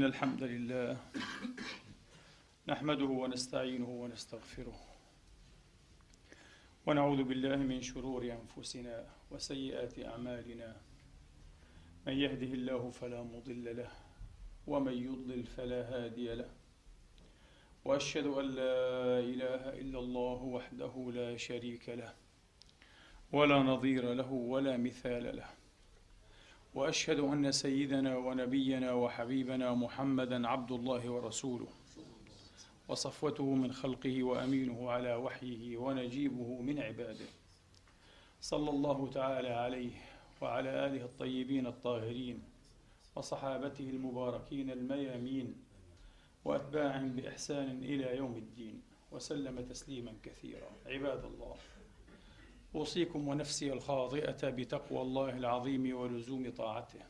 الحمد لله نحمده ونستعينه ونستغفره ونعوذ بالله من شرور أنفسنا وسيئات أعمالنا. من يهده الله فلا مضل له ومن يضلل فلا هادي له، وأشهد أن لا إله إلا الله وحده لا شريك له ولا نظير له ولا مثال له، وأشهد أن سيدنا ونبينا وحبيبنا محمدًا عبد الله ورسوله وصفوته من خلقه وأمينه على وحيه ونجيبه من عباده، صلى الله تعالى عليه وعلى آله الطيبين الطاهرين وصحابته المباركين الميامين وأتباعهم بإحسان إلى يوم الدين، وسلم تسليما كثيرا. عباد الله، أوصيكم ونفسي الخاطئة بتقوى الله العظيم ولزوم طاعته،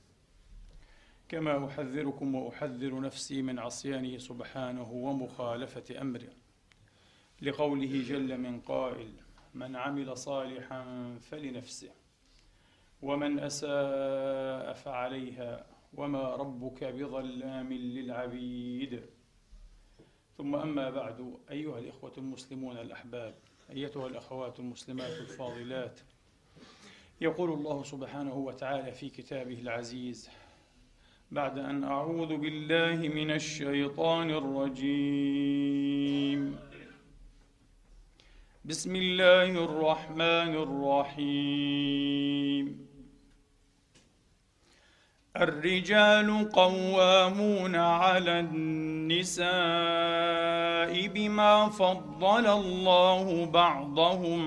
كما أحذركم وأحذر نفسي من عصيانه سبحانه ومخالفة أمره، لقوله جل من قائل: من عمل صالحا فلنفسه ومن أساء فعليها وما ربك بظلام للعبيد. ثم أما بعد، أيها الإخوة المسلمون الأحباب، أيتها الأخوات المسلمات الفاضلات، يقول الله سبحانه وتعالى في كتابه العزيز بعد أن أعوذ بالله من الشيطان الرجيم: بسم الله الرحمن الرحيم: الرجال قوامون على النساء بما فضل الله بعضهم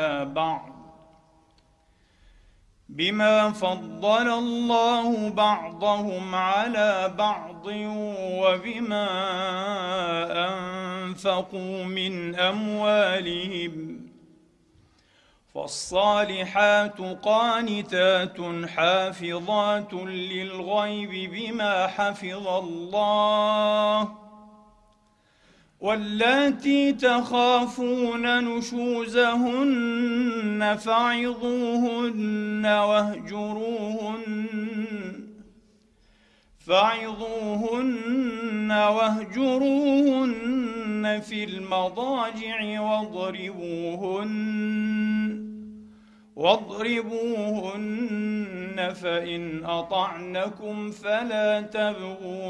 على بعض وبما أنفقوا من أموالهم، فالصالحات قانتات حافظات للغيب بما حفظ الله، واللاتي تخافون نشوزهن فعظوهن واهجروهن في المضاجع واضربوهن، فإن أطعنكم فلا تبغوا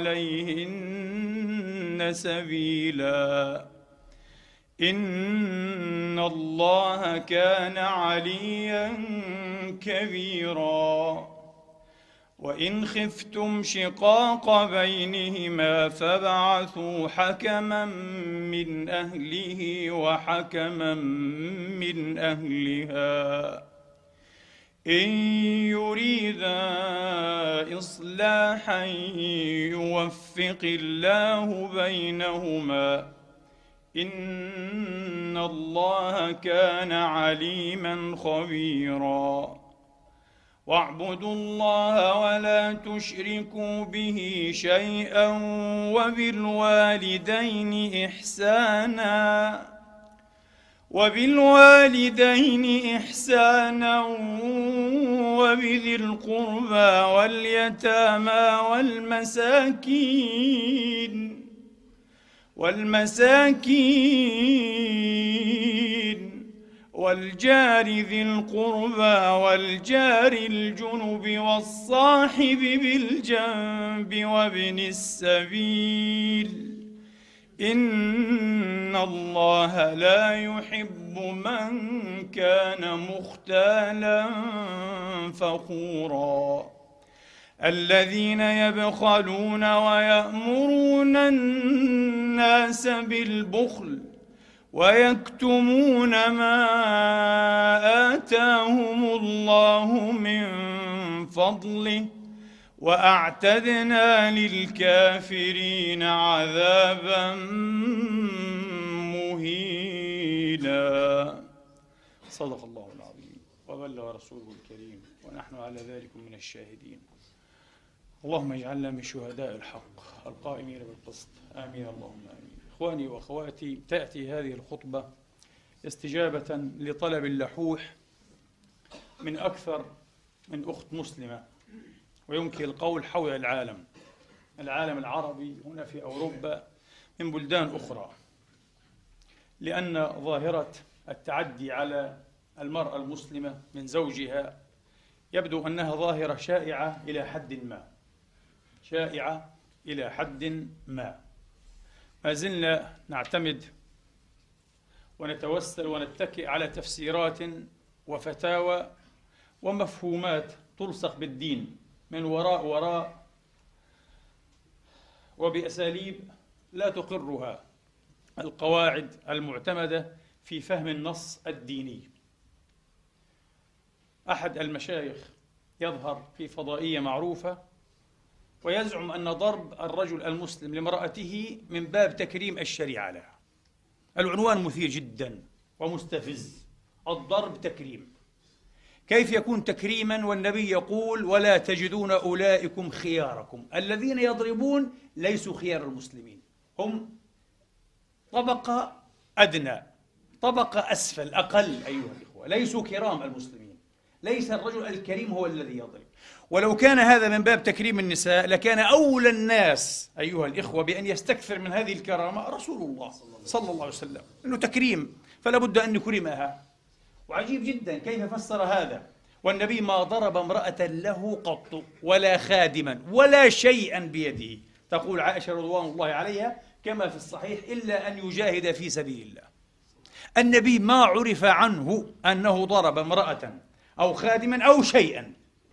عليهن سبيلا، إن الله كان عليا كبيرا. وإن خفتم شقاق بينهما فابعثوا حكما من أهله وحكما من أهلها إن يريدا إصلاحا يوفق الله بينهما، إن الله كان عليما خبيرا. واعبدوا الله ولا تشركوا به شيئا وبالوالدين إحسانا وبذي القربى واليتامى والمساكين والجار ذي القربى والجار الجنب والصاحب بالجنب وابن السبيل، إن الله لا يحب من كان مختالا فخورا. الذين يبخلون ويأمرون الناس بالبخل ويكتمون ما آتاهم الله من فضله، وأعتدنا للكافرين عذابا مهينا. صدق الله العظيم وبلغ رسوله الكريم، ونحن على ذلك من الشاهدين. اللهم اجعلنا من شهداء الحق القائمين بالقسط، آمين اللهم آمين. إخواني وأخواتي، تأتي هذه الخطبة استجابة لطلب اللحوح من أكثر من أخت مسلمة، ويمكن القول حول العالم، العالم العربي هنا في أوروبا من بلدان أخرى، لأن ظاهرة التعدي على المرأة المسلمة من زوجها يبدو أنها ظاهرة شائعة إلى حد ما، شائعة إلى حد ما. ما زلنا نعتمد ونتوسل ونتكئ على تفسيرات وفتاوى ومفهومات تلصق بالدين من وراء وبأساليب لا تقرها القواعد المعتمدة في فهم النص الديني. أحد المشايخ يظهر في فضائية معروفة ويزعم أن ضرب الرجل المسلم لامرأته من باب تكريم الشريعة لها. العنوان مثير جدا ومستفز، الضرب تكريم. كيف يكون تكريما والنبي يقول ولا تجدون أولئكم خياركم؟ الذين يضربون ليسوا خيار المسلمين، هم طبقة أدنى، طبقة أسفل، أقل أيها الإخوة، ليسوا كرام المسلمين. ليس الرجل الكريم هو الذي يضرب. ولو كان هذا من باب تكريم النساء لكان أولى الناس أيها الإخوة بأن يستكثر من هذه الكرامة رسول الله صلى الله عليه وسلم، إنه تكريم فلا بد أن نكرمها. وعجيب جدا كيف فسر هذا، والنبي ما ضرب امرأة له قط ولا خادما ولا شيئا بيده، تقول عائشة رضوان الله عليها كما في الصحيح، إلا أن يجاهد في سبيل الله. النبي ما عرف عنه أنه ضرب امرأة أو خادما أو شيئا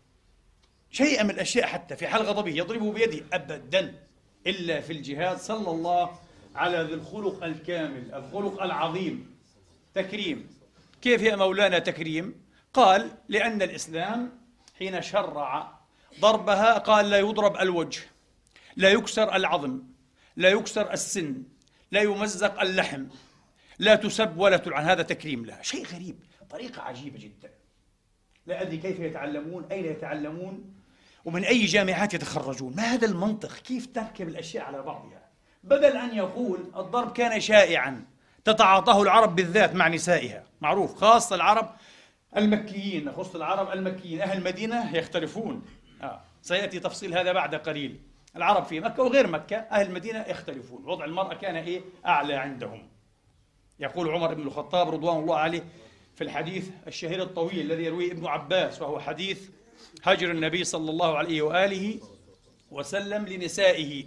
من الأشياء، حتى في حال غضبه يضربه بيده أبدا، إلا في الجهاد صلى الله على ذي الخلق الكامل، الخلق العظيم. تكريم. كيف يا مولانا تكريم؟ قال لأن الإسلام حين شرع ضربها قال لا يضرب الوجه، لا يكسر العظم، لا يكسر السن، لا يمزق اللحم، لا تسب ولا تلعن. هذا تكريم لها. شيء غريب، طريقة عجيبة جدا. لا أدري كيف يتعلمون، أين يتعلمون، ومن أي جامعات يتخرجون. ما هذا المنطق؟ كيف تركب الأشياء على بعضها؟ بدل أن يقول الضرب كان شائعا تتعاطاه العرب بالذات مع نسائها، معروف، خاصة العرب المكيين، نخص العرب المكيين، أهل المدينة يختلفون، سيأتي تفصيل هذا بعد قليل. العرب في مكة وغير مكة أهل المدينة يختلفون، وضع المرأة كان أعلى عندهم. يقول عمر بن الخطاب رضوان الله عليه في الحديث الشهير الطويل الذي يرويه ابن عباس، وهو حديث هجر النبي صلى الله عليه وآله وسلم لنسائه،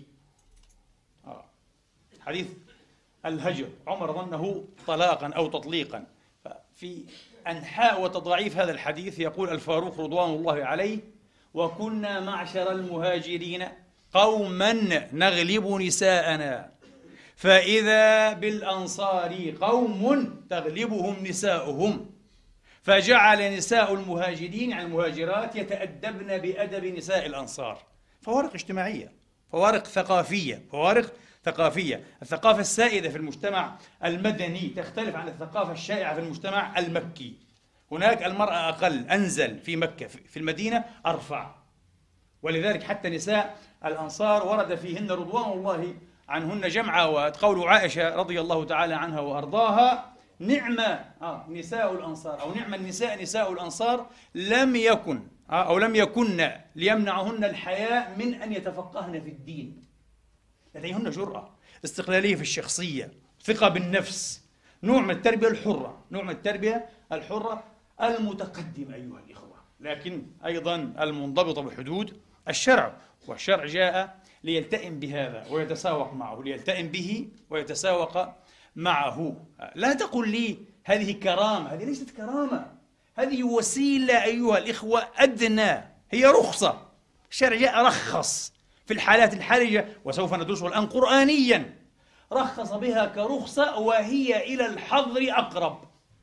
حديث الهجر، عمر ظنه طلاقا أو تطليقا. في أنحاء وتضعيف هذا الحديث يقول الفاروق رضوان الله عليه: وكنا معشر المهاجرين قوما نغلب نساءنا، فإذا بالأنصار قوم تغلبهم نساؤهم، فجعل نساء المهاجرين يعني المهاجرات يتأدبن بأدب نساء الأنصار. فوارق اجتماعية، فوارق ثقافية. الثقافة السائدة في المجتمع المدني تختلف عن الثقافة الشائعة في المجتمع المكي. هناك المرأة أقل، أنزل في مكة، في المدينة أرفع. ولذلك حتى نساء الأنصار ورد فيهن رضوان الله عنهن جمعة. قول عائشة رضي الله تعالى عنها وأرضاها: نعم نساء الأنصار، أو نعم النساء نساء الأنصار، لم يكن ليمنعهن الحياء من أن يتفقهن في الدين. لديهن جرأة، استقلالية في الشخصية، ثقة بالنفس، نوع من التربية الحرة، المتقدمة أيها الإخوة، لكن أيضا المنضبطة بحدود الشرع. والشرع جاء ليلتئم بهذا ويتساوق معه، ليلتئم به ويتساوق معه. لا تقل لي هذه كرامة، هذه ليست كرامة، هذه وسيلة أيها الإخوة أدنى، هي رخصة. الشرع جاء رخص في الحالات الحرجة، وسوف ندرسه الآن قرآنيا، رخص بها كرخصة وهي إلى الحظر أقرب.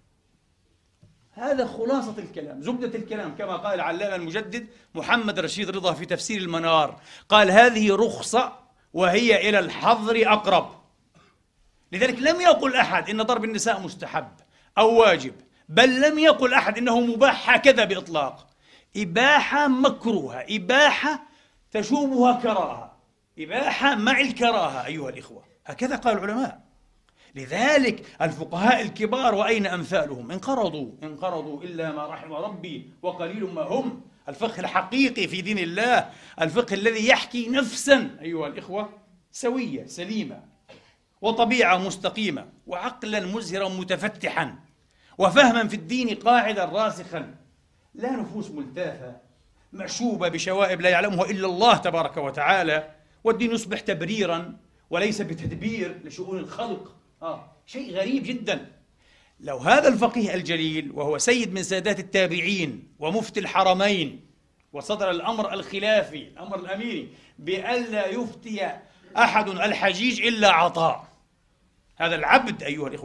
هذا خلاصة الكلام، زبدة الكلام، كما قال العلامة المجدد محمد رشيد رضا في تفسير المنار، قال هذه رخصة وهي إلى الحظر أقرب. لذلك لم يقل أحد إن ضرب النساء مستحب أو واجب، بل لم يقل أحد إنه مباح هكذا بإطلاق. إباحة مكروهة، إباحة تشوبها كراهة، إباحة مع الكراهة أيها الإخوة، هكذا قال العلماء. لذلك الفقهاء الكبار وأين أمثالهم انقرضوا إلا ما رحم ربي وقليل ما هم. الفقه الحقيقي في دين الله، الفقه الذي يحكي نفسا أيها الإخوة سوية سليمة، وطبيعة مستقيمة، وعقلا مزهرا متفتحا، وفهما في الدين قاعدا راسخا، لا نفوس ملتافة معشوبة بشوائب لا يعلمها إلا الله تبارك وتعالى، والدين يصبح تبريرا وليس بتدبير لشؤون الخلق. شيء غريب جدا. لو هذا الفقيه الجليل، وهو سيد من سادات التابعين ومفتي الحرمين، وصدر الأمر الخلافي الأمر الأميري بألا يفتي أحد الحجيج إلا عطاء، هذا العبد أيها الإخوة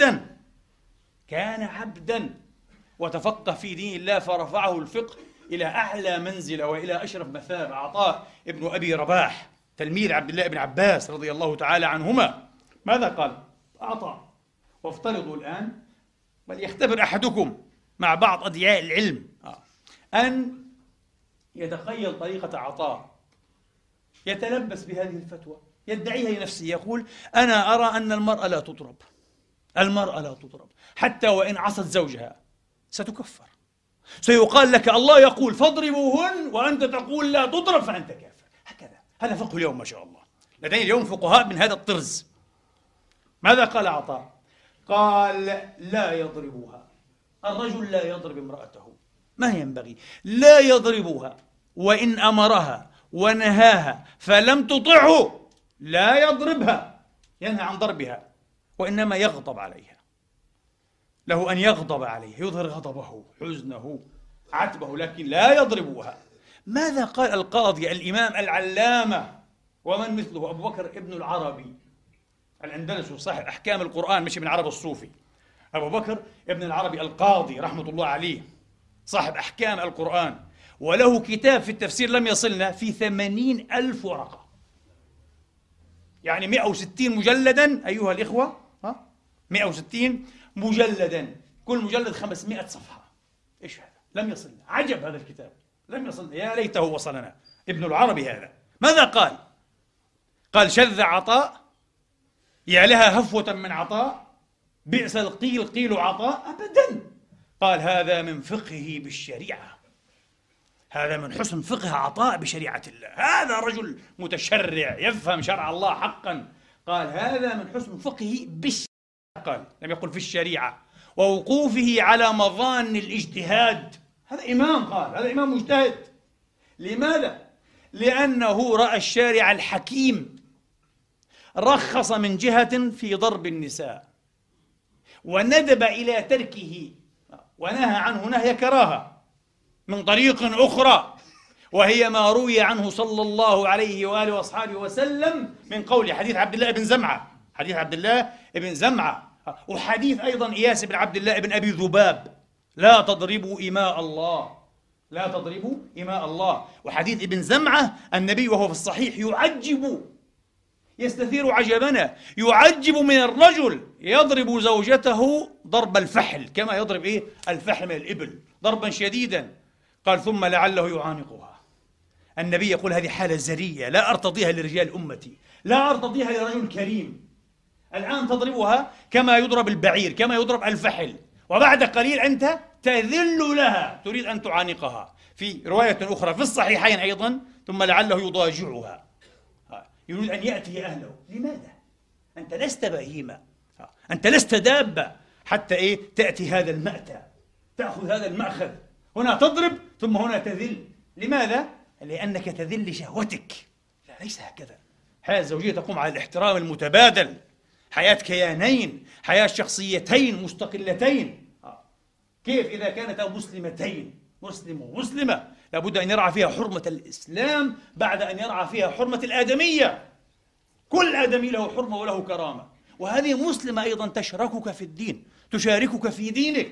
كان عبدا وتفقه في دين الله، فرفعه الفقه إلى أعلى منزلة وإلى أشرف مثاب. عطاء ابن أبي رباح تلميذ عبد الله بن عباس رضي الله تعالى عنهما، ماذا قال عطاء؟ وافترضوا الآن، بل يختبر أحدكم مع بعض أدعياء العلم أن يتخيل طريقة عطاء يتلبس بهذه الفتوى، يدعيها لنفسه، يقول أنا أرى أن المرأة لا تضرب حتى وإن عصت زوجها ستكفر. سيقال لك الله يقول فاضربوهن وأنت تقول لا تضرب فأنت كافر. هكذا، هذا فقه اليوم ما شاء الله، لدينا اليوم فقهاء من هذا الطرز. ماذا قال عطاء؟ قال لا يضربها، الرجل لا يضرب امرأته، ما ينبغي، لا يضربها، وإن أمرها ونهاها فلم تطعه لا يضربها، ينهى عن ضربها، وإنما يغضب عليها، له أن يغضب عليها، يظهر غضبه، حزنه، عتبه، لكن لا يضربها. ماذا قال القاضي الإمام العلامة ومن مثله أبو بكر ابن العربي الأندلسي صاحب أحكام القرآن، مش ابن عرب الصوفي، أبو بكر ابن العربي القاضي رحمة الله عليه، صاحب أحكام القرآن، وله كتاب في التفسير لم يصلنا في 80,000 ورقة، يعني 160 مجلدا أيها الإخوة، 160 مجلدا، كل مجلد 500 صفحة. إيش هذا؟ لم يصلنا، عجب هذا الكتاب، لم يصلنا، يا ليته وصلنا. ابن العربي هذا ماذا قال؟ قال شذ عطاء، يا لها هفوة من عطاء، بئس القيل قيل عطاء، أبدا. قال هذا من فقهه بالشريعة، هذا من حسن فقه عطاء بشريعة الله، هذا رجل متشرع يفهم شرع الله حقا. قال هذا من حسن فقهه بالشريعة، قال لم يقل في الشريعة، ووقوفه على مظان الاجتهاد. هذا إمام، قال هذا إمام مجتهد. لماذا؟ لأنه رأى الشارع الحكيم رخص من جهة في ضرب النساء، وندب إلى تركه ونهى عنه نهي كراهة من طريق أخرى، وهي ما روي عنه صلى الله عليه وآله وأصحابه وسلم من قول حديث عبد الله بن زمعة، حديث عبد الله بن زمعة، وحديث أيضا إياس بن عبد الله بن أبي ذباب، لا تضربوا إماء الله، لا تضربوا إماء الله. وحديث ابن زمعة النبي وهو في الصحيح يعجب، يستثير عجبنا، يعجب من الرجل يضرب زوجته ضرب الفحل، كما يضرب الفحل من الإبل ضربا شديدا. قال ثم لعله يعانقها. النبي يقول هذه حالة زرية لا أرتضيها لرجال أمتي، لا أرتضيها لرجل كريم. الآن تضربها كما يضرب البعير، كما يضرب الفحل، وبعد قليل أنت تذل لها، تريد أن تعانقها. في رواية أخرى في الصحيحين أيضا ثم لعله يضاجعها، يريد أن يأتي أهله. لماذا؟ أنت لست بهيمة، أنت لست دابة حتى تأتي هذا المأتى، تأخذ هذا المأخذ، هنا تضرب ثم هنا تذل. لماذا؟ لأنك تذل لشهوتك. لا، ليس هكذا. حياة الزوجية تقوم على الاحترام المتبادل، حياة كيانين، حياة شخصيتين مستقلتين. كيف إذا كانتا مسلمتين، مسلم ومسلمة، لابد أن يرعى فيها حرمة الإسلام بعد أن يرعى فيها حرمة الآدمية. كل آدمي له حرمة وله كرامة، وهذه مسلمة أيضا تشاركك في الدين، تشاركك في دينك.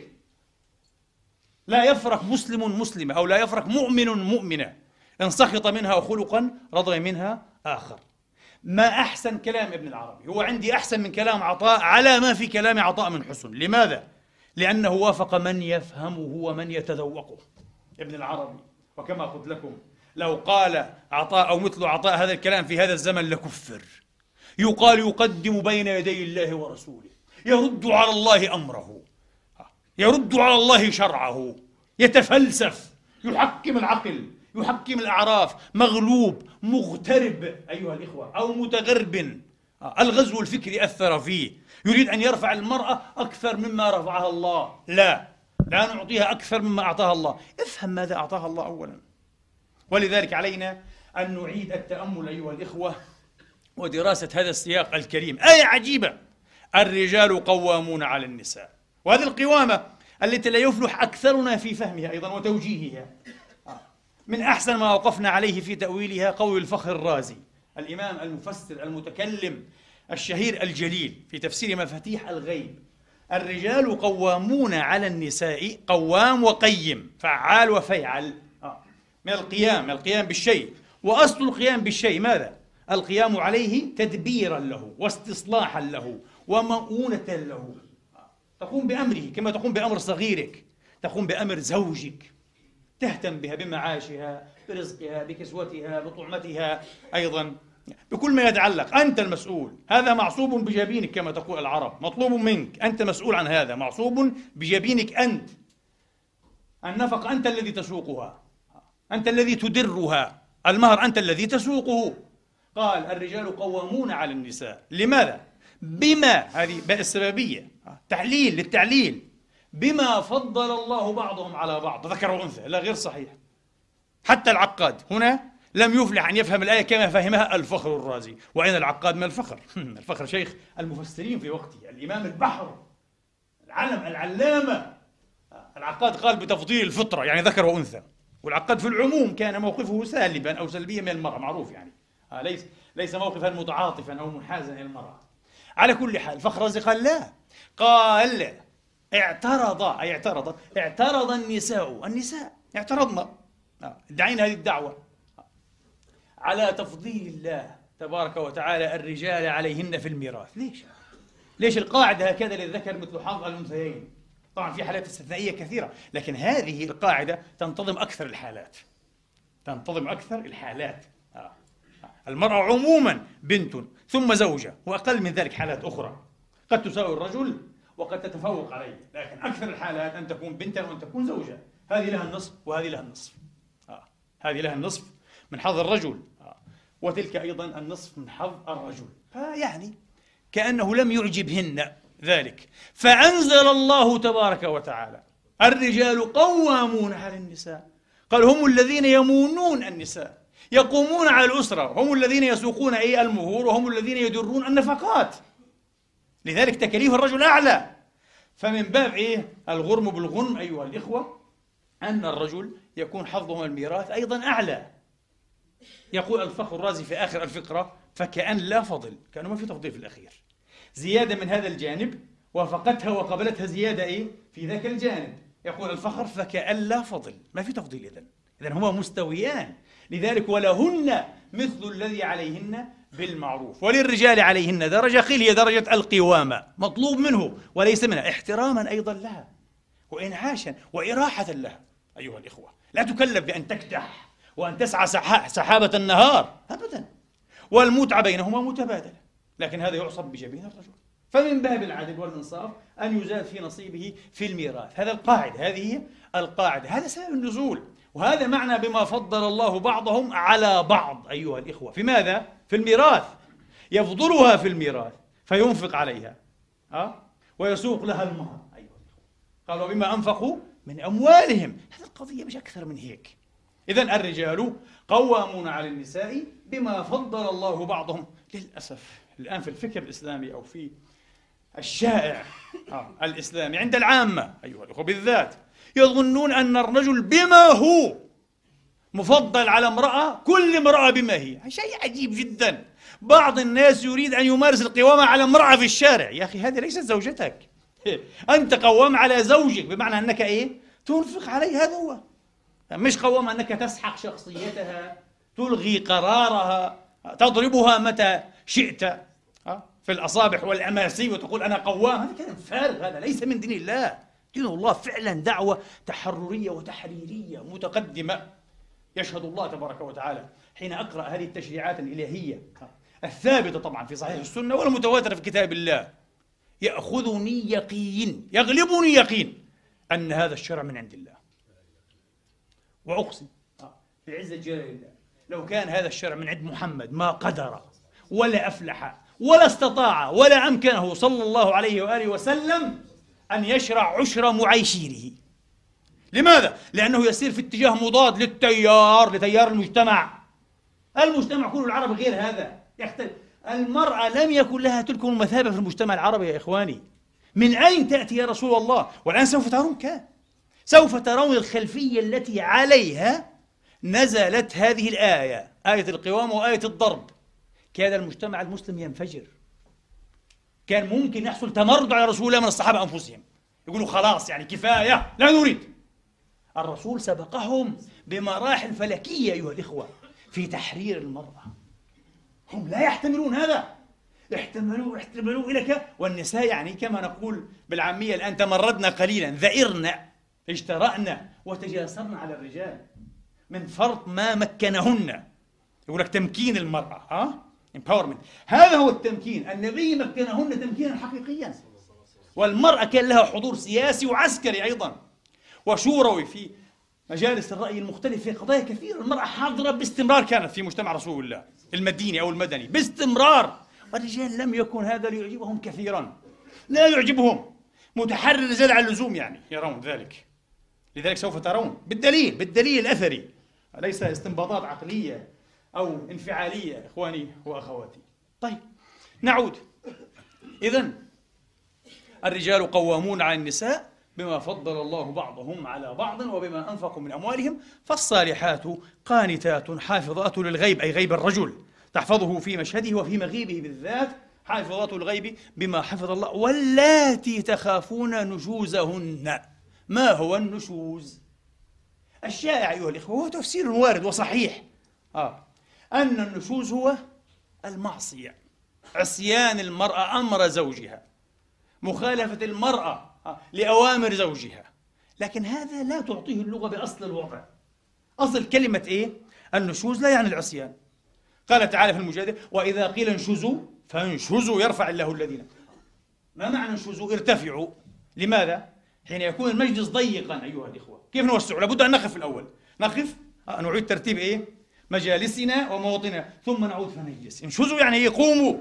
لا يفرق مسلم مسلمة، أو لا يفرق مؤمن مؤمنة، إن سخط منها خلقا رضي منها آخر. ما أحسن كلام ابن العربي، هو عندي أحسن من كلام عطاء على ما في كلام عطاء من حسن. لماذا؟ لأنه وافق من يفهمه ومن يتذوقه. ابن العربي، وكما قلت لكم لو قال عطاء أو مثل عطاء هذا الكلام في هذا الزمن لكفر. يقال يقدم بين يدي الله ورسوله، يرد على الله أمره، يرد على الله شرعه، يتفلسف، يحكم العقل، يحكم الأعراف، مغلوب، مغترب أيها الإخوة، أو متغرب. الغزو الفكري أثر فيه، يريد أن يرفع المرأة أكثر مما رفعها الله. لا نعطيها أكثر مما أعطاها الله. افهم ماذا أعطاها الله أولا. ولذلك علينا أن نعيد التأمل أيها الإخوة ودراسة هذا السياق الكريم. آية عجيبة: الرجال قوامون على النساء. وهذه القوامة التي لا يفلح أكثرنا في فهمها أيضا وتوجيهها. من أحسن ما وقفنا عليه في تأويلها قول الفخر الرازي، الإمام المفسر المتكلم الشهير الجليل في تفسير مفاتيح الغيب: الرجال قوامون على النساء. قوام وقيم، فعال وفيعل، من القيام بالشيء. وأصل القيام بالشيء ماذا؟ القيام عليه تدبيرا له واستصلاحا له ومؤونة له. تقوم بأمره كما تقوم بأمر صغيرك، تقوم بأمر زوجك، تهتم بها، بمعاشها، برزقها، بكسوتها، بطعمتها، أيضا بكل ما يتعلق. أنت المسؤول، هذا معصوب بجبينك كما تقول العرب، مطلوب منك، أنت مسؤول عن هذا، معصوب بجبينك أنت. النفقة أنت الذي تسوقها، أنت الذي تدرها، المهر أنت الذي تسوقه. قال الرجال قوامون على النساء. لماذا؟ بما، هذه باء السببية، تعليل للتعليل، بما فضل الله بعضهم على بعض، ذكر وأنثى. لا، غير صحيح. حتى العقاد هنا لم يفلح أن يفهم الآية كما فهمها الفخر الرازي. وأين العقاد من الفخر؟ الفخر شيخ المفسرين في وقته، الإمام البحر، العلم، العلامة. العقاد قال بتفضيل الفطرة، يعني ذكر وأنثى. والعقاد في العموم كان موقفه سالبا أو سلبيا من المرأة، معروف يعني، ليس موقفا متعاطفا أو منحازا إلى المرأة. على كل حال الفخر الرازي قال لا، قال اعترض النساء اعترضنا، ادعينا هذه الدعوة على تفضيل الله تبارك وتعالى الرجال عليهن في الميراث. ليش القاعدة هكذا للذكر مثل حظ الأنثيين؟ طبعا في حالات استثنائية كثيرة، لكن هذه القاعدة تنتظم أكثر الحالات. المرأة عموما بنت ثم زوجة، وأقل من ذلك حالات أخرى قد تساوي الرجل وقد تتفوق عليه، لكن أكثر الحالات أن تكون بنتا وأن تكون زوجة. هذه لها النصف وهذه لها النصف. هذه لها النصف من حظ الرجل، وتلك أيضا النصف من حظ الرجل. فيعني كأنه لم يعجبهن ذلك، فأنزل الله تبارك وتعالى الرجال قوامون على النساء. قال هم الذين يمونون النساء، يقومون على الأسرة، هم الذين يسوقون المهور، وهم الذين يدرون النفقات. لذلك تكاليف الرجل أعلى. فمن باب الغرم بالغنم أيها الإخوة، أن الرجل يكون حظه من الميراث أيضا أعلى. يقول الفخر الرازي في آخر الفقرة: فكأن لا فضل، كأنه ما في تفضيل في الأخير، زيادة من هذا الجانب وافقتها وقبلتها زيادة في ذاك الجانب. يقول الفخر: فكأن لا فضل، ما في تفضيل. إذن هما مستويان. لذلك ولهن مثل الذي عليهن بالمعروف، وللرجال عليهن درجة، قيل هي درجة القوامة، مطلوب منه وليس منها، احتراما أيضا لها وإنعاشا وإراحة لها. أيها الإخوة، لا تكلف بأن تكدح وأن تسعى سحابة النهار أبدا، والمتعة بينهما متبادلة، لكن هذا يعصب بجبين الرجل. فمن باب العدل والإنصاف أن يزاد في نصيبه في الميراث. هذا القاعدة، هذه هي القاعدة، هذا سبب النزول. وهذا معنى بما فضل الله بعضهم على بعض أيها الإخوة. في ماذا؟ في الميراث. يفضلها في الميراث فينفق عليها ويسوق لها المهر أيها الإخوة. قال وبما أنفقوا من أموالهم. هذه القضية مش أكثر من هيك. إذن الرجال قوامون على النساء بما فضل الله بعضهم. للأسف الآن في الفكر الإسلامي أو في الشائع الإسلامي عند العامة أيها الأخوة بالذات، يظنون أن الرجل بما هو مفضل على امرأة، كل امرأة بما هي. شيء عجيب جدا. بعض الناس يريد أن يمارس القوامة على امرأة في الشارع. يا أخي هذه ليست زوجتك، أنت قوام على زوجك، بمعنى أنك تنفق عليه. هذا هو، مش قوام أنك تسحق شخصيتها، تلغي قرارها، تضربها متى شئت في الأصابع والأماسي وتقول أنا قوام. هذا كلام فارغ، هذا ليس من دين الله. دين الله فعلا دعوة تحررية وتحريرية متقدمة. يشهد الله تبارك وتعالى حين أقرأ هذه التشريعات الإلهية الثابتة طبعا في صحيح السنة والمتواترة في كتاب الله، يأخذني يقين، يغلبني يقين أن هذا الشرع من عند الله. وأقسم بعزة جلال الله لو كان هذا الشرع من عند محمد ما قدر ولا أفلح ولا استطاع ولا أمكنه صلى الله عليه وآله وسلم أن يشرع عشر معيشيره. لماذا؟ لأنه يسير في اتجاه مضاد لتيار المجتمع. المجتمع كله العربي غير هذا يختلف. المرأة لم يكن لها تلك المثابة في المجتمع العربي يا إخواني. من أين تأتي يا رسول الله؟ والآن سوف ترون سوف ترون الخلفية التي عليها نزلت هذه الآية، آية القوام وآية الضرب. كان المجتمع المسلم ينفجر، كان ممكن يحصل تمرد على رسول الله من الصحابة أنفسهم، يقولوا خلاص يعني كفاية لا نريد. الرسول سبقهم بمراحل فلكية أيها الإخوة في تحرير المرأة. هم لا يحتملون هذا، احتملوا إلك. والنساء يعني كما نقول بالعامية الآن تمردنا قليلا، ذئرنا، اجترأنا وتجاسرنا على الرجال من فرط ما مكنهن. يقول لك تمكين المرأة، empowerment. هذا هو التمكين. النبي مكنهن تمكينا حقيقيا، والمرأة كان لها حضور سياسي وعسكري أيضا وشوروي في مجالس الرأي المختلف في قضايا كثيرة. المرأة حاضرة باستمرار كانت في مجتمع رسول الله المديني أو المدني باستمرار. والرجال لم يكن هذا ليعجبهم كثيرا، لا يعجبهم، متحرر زاد عن اللزوم يعني يرون ذلك. لذلك سوف ترون بالدليل الأثري، ليس استنباطات عقلية أو انفعالية إخواني وأخواتي. طيب نعود. إذن الرجال قوامون على النساء بما فضل الله بعضهم على بعض وبما أنفقوا من أموالهم، فالصالحات قانتات حافظات للغيب، أي غيب الرجل تحفظه في مشهده وفي مغيبه بالذات، حافظات الغيب بما حفظ الله. واللاتي تخافون نشوزهن. ما هو النشوز؟ الشائع أيها الإخوة هو تفسير وارد وصحيح أن النشوز هو المعصية، عصيان المرأة أمر زوجها، مخالفة المرأة لأوامر زوجها. لكن هذا لا تعطيه اللغة بأصل الوضع. أصل كلمة إيه؟ النشوز لا يعني العصيان. قال تعالى في المجادلة: وإذا قيل انشزوا فانشزوا يرفع الله الذين. ما معنى انشزوا؟ ارتفعوا. لماذا؟ حين يكون المجلس ضيقا أيها الإخوة كيف نوسعه؟ لابد أن نقف الأول، نقف نعيد ترتيب إيه؟ مجالسنا ومواطننا ثم نعود فنجلس. انشزوا يعني يقوموا.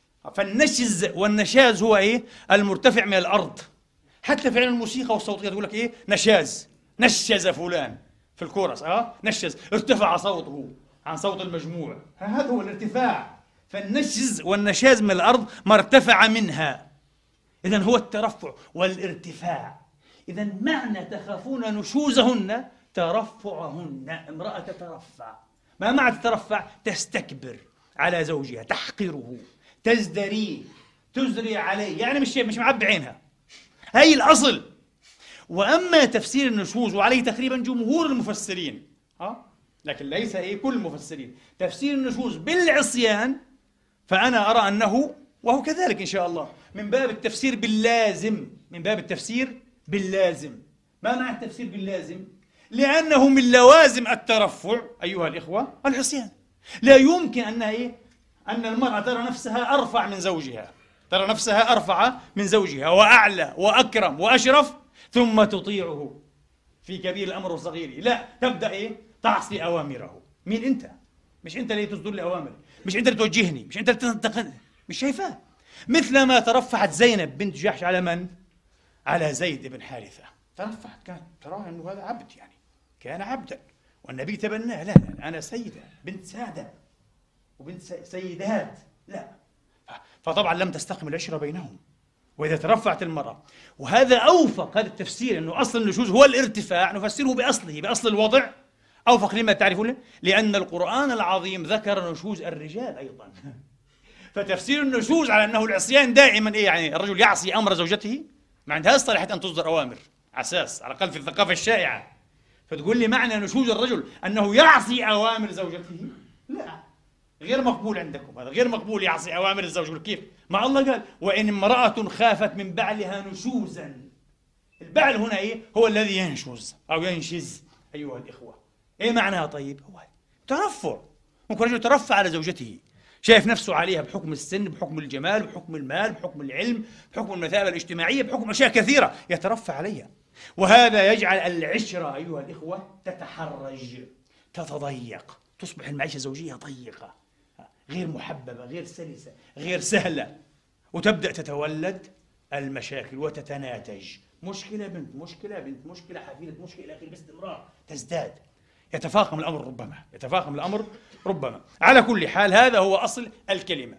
فالنشز والنشاز هو إيه؟ المرتفع من الأرض. حتى فعل الموسيقى والصوتيات يقول لك إيه؟ نشاز، نشز فلان في الكورس، نشز، ارتفع صوته عن صوت المجموع. هذا هو الارتفاع. فالنشز والنشاز من الأرض ما ارتفع منها. إذن هو الترفع والارتفاع. إذن معنى تخافون نشوزهن ترفعهن. امرأة تترفع. ما معنى تترفع؟ تستكبر على زوجها، تحقره، تزدريه، تزري عليه، يعني مش معبي عينها. هاي الأصل. وأما تفسير النشوز وعليه تقريبا جمهور المفسرين، لكن ليس كل المفسرين، تفسير النشوز بالعصيان، فأنا أرى أنه وهو كذلك إن شاء الله من باب التفسير باللازم. من باب التفسير باللازم. ما معنى التفسير باللازم؟ لأنه من لوازم الترفع أيها الإخوة العصيان. لا يمكن أن المرأة ترى نفسها أرفع من زوجها، ترى نفسها أرفع من زوجها وأعلى وأكرم وأشرف ثم تطيعه في كبير الأمر وصغيره. لا، تبدأ تعصي أوامره. مين أنت؟ مش أنت اللي تصدر لي أوامر، مش أنت اللي توجهني، مش أنت اللي تنتقدني، مش شايفاه؟ مثل ما ترفعت زينب بنت جحش على من؟ على زيد بن حارثة. ترفعت، كانت ترى أنه هذا عبد، يعني كان عبدا والنبي تبناه. لا أنا سيدة بنت سادة وبنت سيدات. لا، فطبعا لم تستقم العشرة بينهم. وإذا ترفعت المرأة، وهذا أوفق، هذا التفسير أنه أصل النشوز هو الارتفاع، نفسره بأصله، بأصل الوضع، أوفق لما تعرفون، لأن القرآن العظيم ذكر نشوز الرجال أيضا. فتفسير النشوز على أنه العصيان دائما يعني الرجل يعصي أمر زوجته، ما عندهاش صلاحية أن تصدر أوامر أساس، على الأقل في الثقافة الشائعة. فتقول لي معنى نشوز الرجل أنه يعصي أوامر زوجته؟ لا، غير مقبول عندكم، هذا غير مقبول، يعصي أوامر الزوج. كيف؟ مع الله قال: وإن امرأة خافت من بعلها نشوزا. البعل هنا هو الذي ينشز أو ينشز أيها الإخوة. معناها؟ طيب هو ترفع. ممكن رجل يترفع على زوجته، شايف نفسه عليها بحكم السن، بحكم الجمال، بحكم المال، بحكم العلم، بحكم المثابة الاجتماعية، بحكم أشياء كثيرة، يترفع عليها. وهذا يجعل العشرة أيها الإخوة تتحرج، تتضيق، تصبح المعيشة الزوجية ضيقة، غير محببة، غير سلسة، غير سهلة، وتبدأ تتولد المشاكل وتتناتج، مشكلة بنت مشكلة بنت مشكلة حفيدة مشكلة إلى آخره، باستمرار تزداد، يتفاقم الأمر ربما، يتفاقم الأمر ربما. على كل حال هذا هو أصل الكلمة.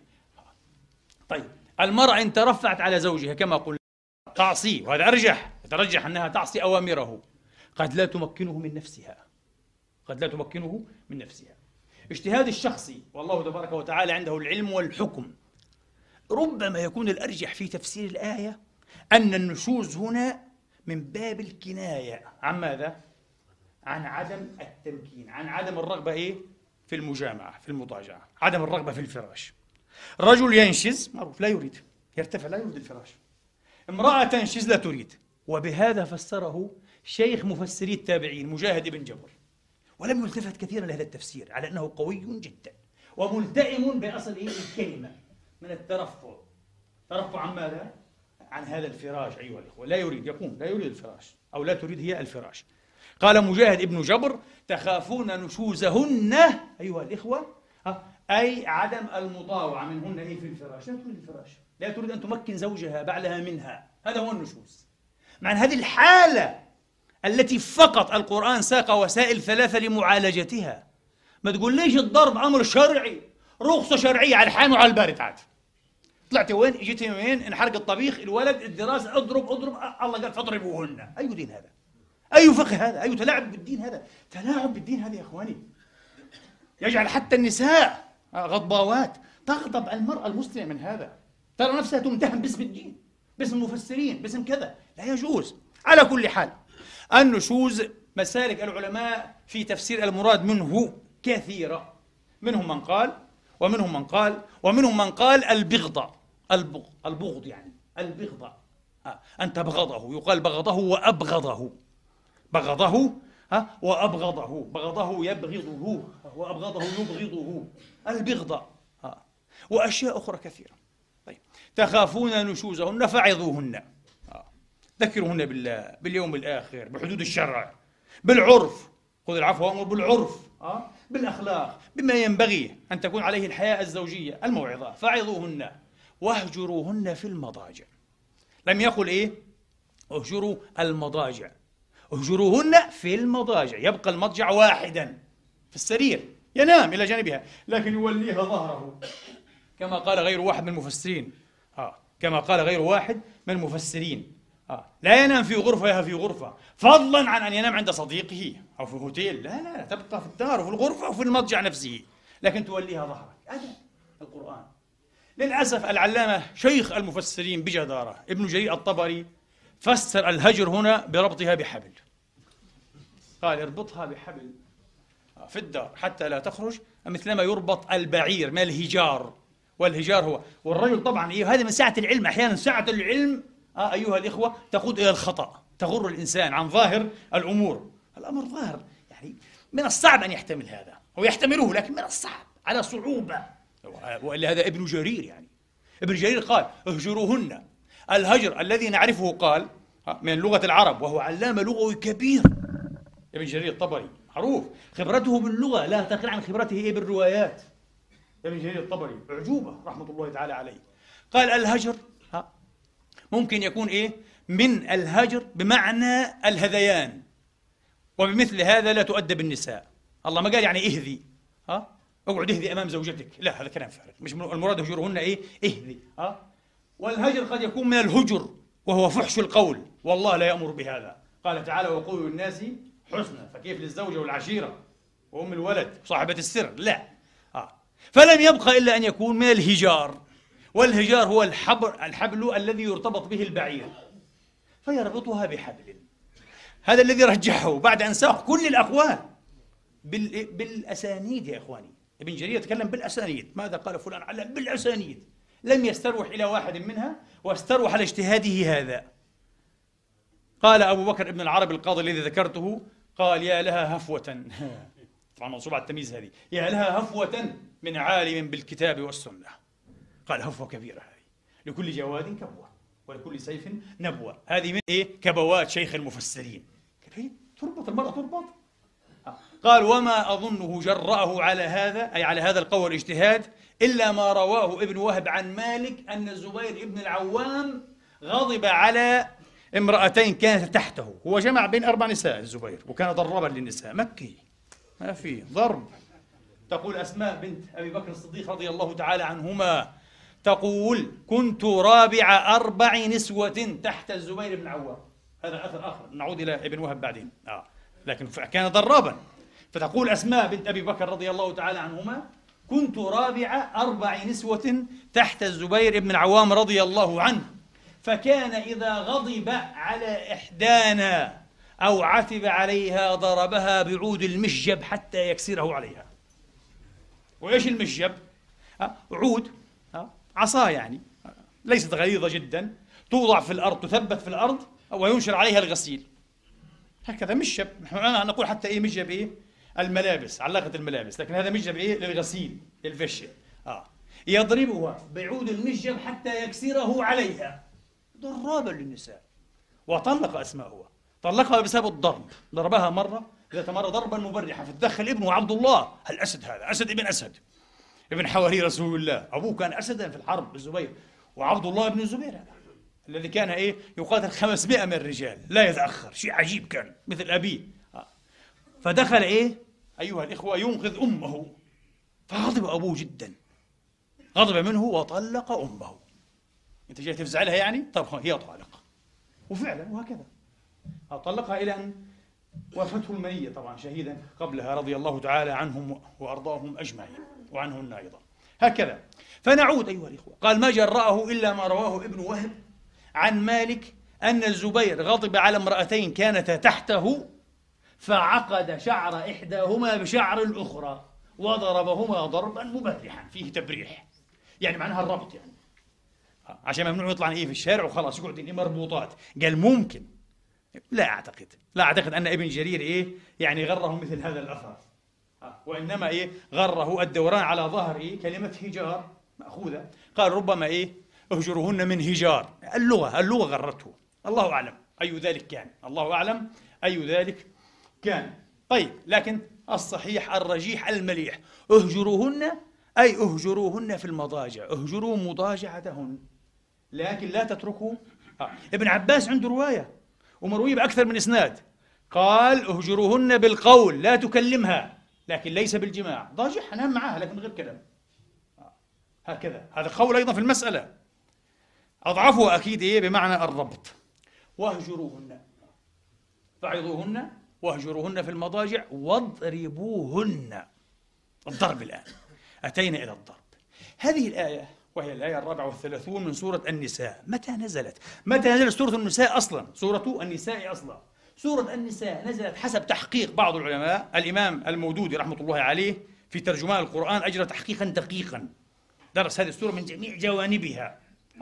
طيب، المرأة إن ترفعت على زوجها كما قلنا تعصي، وهذا أرجح، يترجح أنها تعصي أوامره، قد لا تمكنه من نفسها، قد لا تمكنه من نفسها. اجتهاد الشخصي، والله تبارك وتعالى عنده العلم والحكم، ربما يكون الأرجح في تفسير الآية أن النشوز هنا من باب الكناية عن ماذا؟ عن عدم التمكين، عن عدم الرغبة إيه؟ في المجامعة، في المضاجعة، عدم الرغبة في الفراش. رجل ينشز معروف لا يريد، يرتفع لا يريد الفراش. امرأة تنشز لا تريد. وبهذا فسره شيخ مفسري التابعين مجاهد بن جبر، ولم يلتفت كثيرا لهذا التفسير على أنه قوي جدا وملتئم بأصل إيه؟ الكلمة من الترفع. ترفع عن ماذا؟ عن هذا الفراش أيها الإخوة، لا يريد، يقوم لا يريد الفراش، أو لا تريد هي الفراش. قال مجاهد ابن جبر: تخافون نشوزهن أيها الإخوة، أي عدم المطاوعة منهن إيه في الفراش، لا تريد الفراش، لا تريد أن تمكن زوجها بعلها منها، هذا هو النشوز. مع أن هذه الحالة التي فقط القرآن ساق وسائل ثلاثة لمعالجتها. ما تقول ليش الضرب أمر شرعي، رخصة شرعية على الحامي وعلى البارد. عاد طلعت وين؟ اجيت وين؟ انحرق الطبيخ، الولد، الدراسة، اضرب الله قال فاضربوهن. أي دين هذا؟ أي فقه هذا؟ أي تلاعب بالدين هذا؟ تلاعب بالدين هذا يا إخواني، يجعل حتى النساء غضباوات، تغضب المرأة المسلمة من هذا، ترى نفسها تمتهن باسم الدين، باسم المفسرين، باسم كذا، لا يجوز. على كل حال النشوز مسالك العلماء في تفسير المراد منه كثيرة، منهم من قال ومنهم من قال ومنهم من قال البغضة، البغض يعني البغضة، أن تبغضه، يقال بغضه وأبغضه، بغضه وأبغضه، بغضه يبغضه وأبغضه يبغضه، البغضة، وأشياء أخرى كثيرة. طيب، تخافون نشوزهن فعظوهن، ذكرهن بالله، باليوم الآخر، بحدود الشرع، بالعرف، خذ العفو وأمر بالعرف، بالأخلاق، بما ينبغي أن تكون عليه الحياة الزوجية، الموعظة. فعظوهن واهجروهن في المضاجع. لم يقل إيه؟ اهجروا المضاجع، اهجروهن في المضاجع، يبقى المضجع واحدا في السرير، ينام إلى جانبها، لكن يوليها ظهره، كما قال غير واحد من المفسرين، كما قال غير واحد من المفسرين، لا ينام في غرفة، يها في غرفة، فضلا عن أن ينام عند صديقه أو في هوتيل، لا تبقى في الدار وفي الغرفة وفي المضجع نفسه، لكن توليها ظهرك. هذا القرآن. للأسف العلامة شيخ المفسرين بجدارة ابن جرير الطبري فسر الهجر هنا بربطها بحبل، قال اربطها بحبل في الدار حتى لا تخرج، مثلما يربط البعير من الهجار، والهجار هو، والرجل طبعا هذا من سعة العلم، أحيانا سعة العلم أيها الإخوة تقود إلى الخطأ، تغر الإنسان عن ظاهر الأمور. الأمر ظاهر، يعني من الصعب أن يحتمل هذا، هو يحتمله لكن من الصعب على صعوبة، وإلا هذا ابن جرير، يعني ابن جرير قال اهجروهن. الهجر الذي نعرفه قال من لغة العرب، وهو علامة لغوي كبير، ابن جرير الطبري معروف خبرته باللغة لا تقل عن خبرته بالروايات. ابن جرير الطبري أعجوبة رحمة الله تعالى عليه، قال الهجر ممكن يكون إيه؟ من الهجر بمعنى الهذيان، وبمثل هذا لا تؤدب النساء. الله ما قال يعني اهذي، اقعد اهذي امام زوجتك، لا هذا كلام فارغ، مش المراد هجرهن ايه؟ اهذي. والهجر قد يكون من الهجر وهو فحش القول، والله لا يأمر بهذا، قال تعالى وقولوا للناس حسنا، فكيف للزوجة والعشيرة وأم الولد وصاحبة السر؟ لا. فلم يبقى إلا أن يكون من الهجار، والهجار هو الحبل الذي يرتبط به البعير، فيربطها بحبل. هذا الذي رجحه بعد أن ساق كل الأقوال بالأسانيد يا إخواني. ابن جرير يتكلم بالأسانيد، ماذا قال فلان على بالأسانيد، لم يستروح إلى واحد منها واستروح على اجتهاده هذا. قال أبو بكر ابن العربي القاضي الذي ذكرته، قال يا لها هفوة، طبعا منصوب على التمييز هذه، يا لها هفوة من عالم بالكتاب والسنة. قال هفوة كبيرة هذه لكل جواد كبوة، ولكل سيف نبوة. هذه من كبوات شيخ المفسرين. كيف تربط المرأة تربط؟ قال وما أظنه جرأه على هذا، أي على هذا القول والاجتهاد، إلا ما رواه ابن وهب عن مالك أن الزبير بن العوام غضب على امرأتين كانت تحته. هو جمع بين 4 نساء الزبير، وكان ضربا للنساء، مكي ما في ضرب. تقول أسماء بنت أبي بكر الصديق رضي الله تعالى عنهما، تقول كنت رابع 4 نسوة تحت الزبير بن العوام. هذا أثر آخر، نعود إلى ابن وهب بعدين. لكن كان ضرابا. فتقول أسماء بنت أبي بكر رضي الله تعالى عنهما كنت رابع 4 نسوة تحت الزبير بن العوام رضي الله عنه، فكان إذا غضب على إحدانا أو عتب عليها ضربها بعود المشجب حتى يكسره عليها. وإيش المشجب؟ عود، عصا يعني، ليست غليظة جدا، توضع في الأرض، تثبت في الأرض وينشر عليها الغسيل. هكذا مشجب. نحن نقول حتى مشجب الملابس، علاقة الملابس، لكن هذا مشجب للغسيل، للفشة. يضربها بعود المشجب حتى يكسره عليها، ضرابا للنساء. وطلق أسماء، هو طلقها بسبب الضرب، ضربها مرة ذات مرة ضربا مبرحا، فتدخل ابنه عبد الله الأسد، هذا أسد ابن أسد ابن حواري رسول الله، أبوه كان أسدا في الحرب الزبير، وعبد الله بن الزبير هذا الذي كان يقاتل 500 من الرجال لا يتأخر، شيء عجيب كان مثل أبيه. فدخل أيها الإخوة ينقذ أمه، فغضب أبوه جدا، غضب منه وطلق أمه. أنت جاي تفزع لها يعني؟ طب هي طالقة، وفعلا وهكذا طلقها إلى أن وافته المنية، طبعا شهيدا قبلها رضي الله تعالى عنهم وأرضاهم أجمعين، وعنهن أيضا. هكذا. فنعود أيها الإخوة، قال ما جرأه إلا ما رواه ابن وهب عن مالك أن الزبير غضب على امرأتين كانتا تحته، فعقد شعر إحداهما بشعر الأخرى وضربهما ضربا مبرحا، فيه تبريح، يعني معناها الربط، يعني عشان ممنوع يطلع في الشارع وخلاص يقعد مربوطات. قال ممكن، لا أعتقد أن ابن جرير يعني غره مثل هذا الأثر، وإنما غره الدوران على ظهر كلمة هجار مأخوذة. قال ربما اهجرهن من هجار، اللغة غرته، الله أعلم أي ذلك كان، الله أعلم أي ذلك كان. طيب، لكن الصحيح الرجيح المليح اهجروهن، أي اهجروهن في المضاجع، اهجروا مضاجعتهن، لكن لا تتركوا. ابن عباس عنده رواية ومروية بأكثر من إسناد، قال اهجروهن بالقول، لا تكلمها، لكن ليس بالجماع، ضاجعها نام معها لكن غير كلام. هكذا، هذا قول أيضا في المسألة، أضعفه أكيد بمعنى الربط. واهجروهن، فعظوهن واهجروهن في المضاجع واضربوهن. الضرب الآن، أتينا إلى الضرب. هذه الآية وهي الآية 34 من سورة النساء، متى نزلت سورة النساء أصلا؟ سورة النساء أصلا، سورة النساء نزلت حسب تحقيق بعض العلماء، الإمام المودودي رحمة الله عليه في ترجمان القرآن أجرى تحقيقا دقيقا، درس هذه السورة من جميع جوانبها،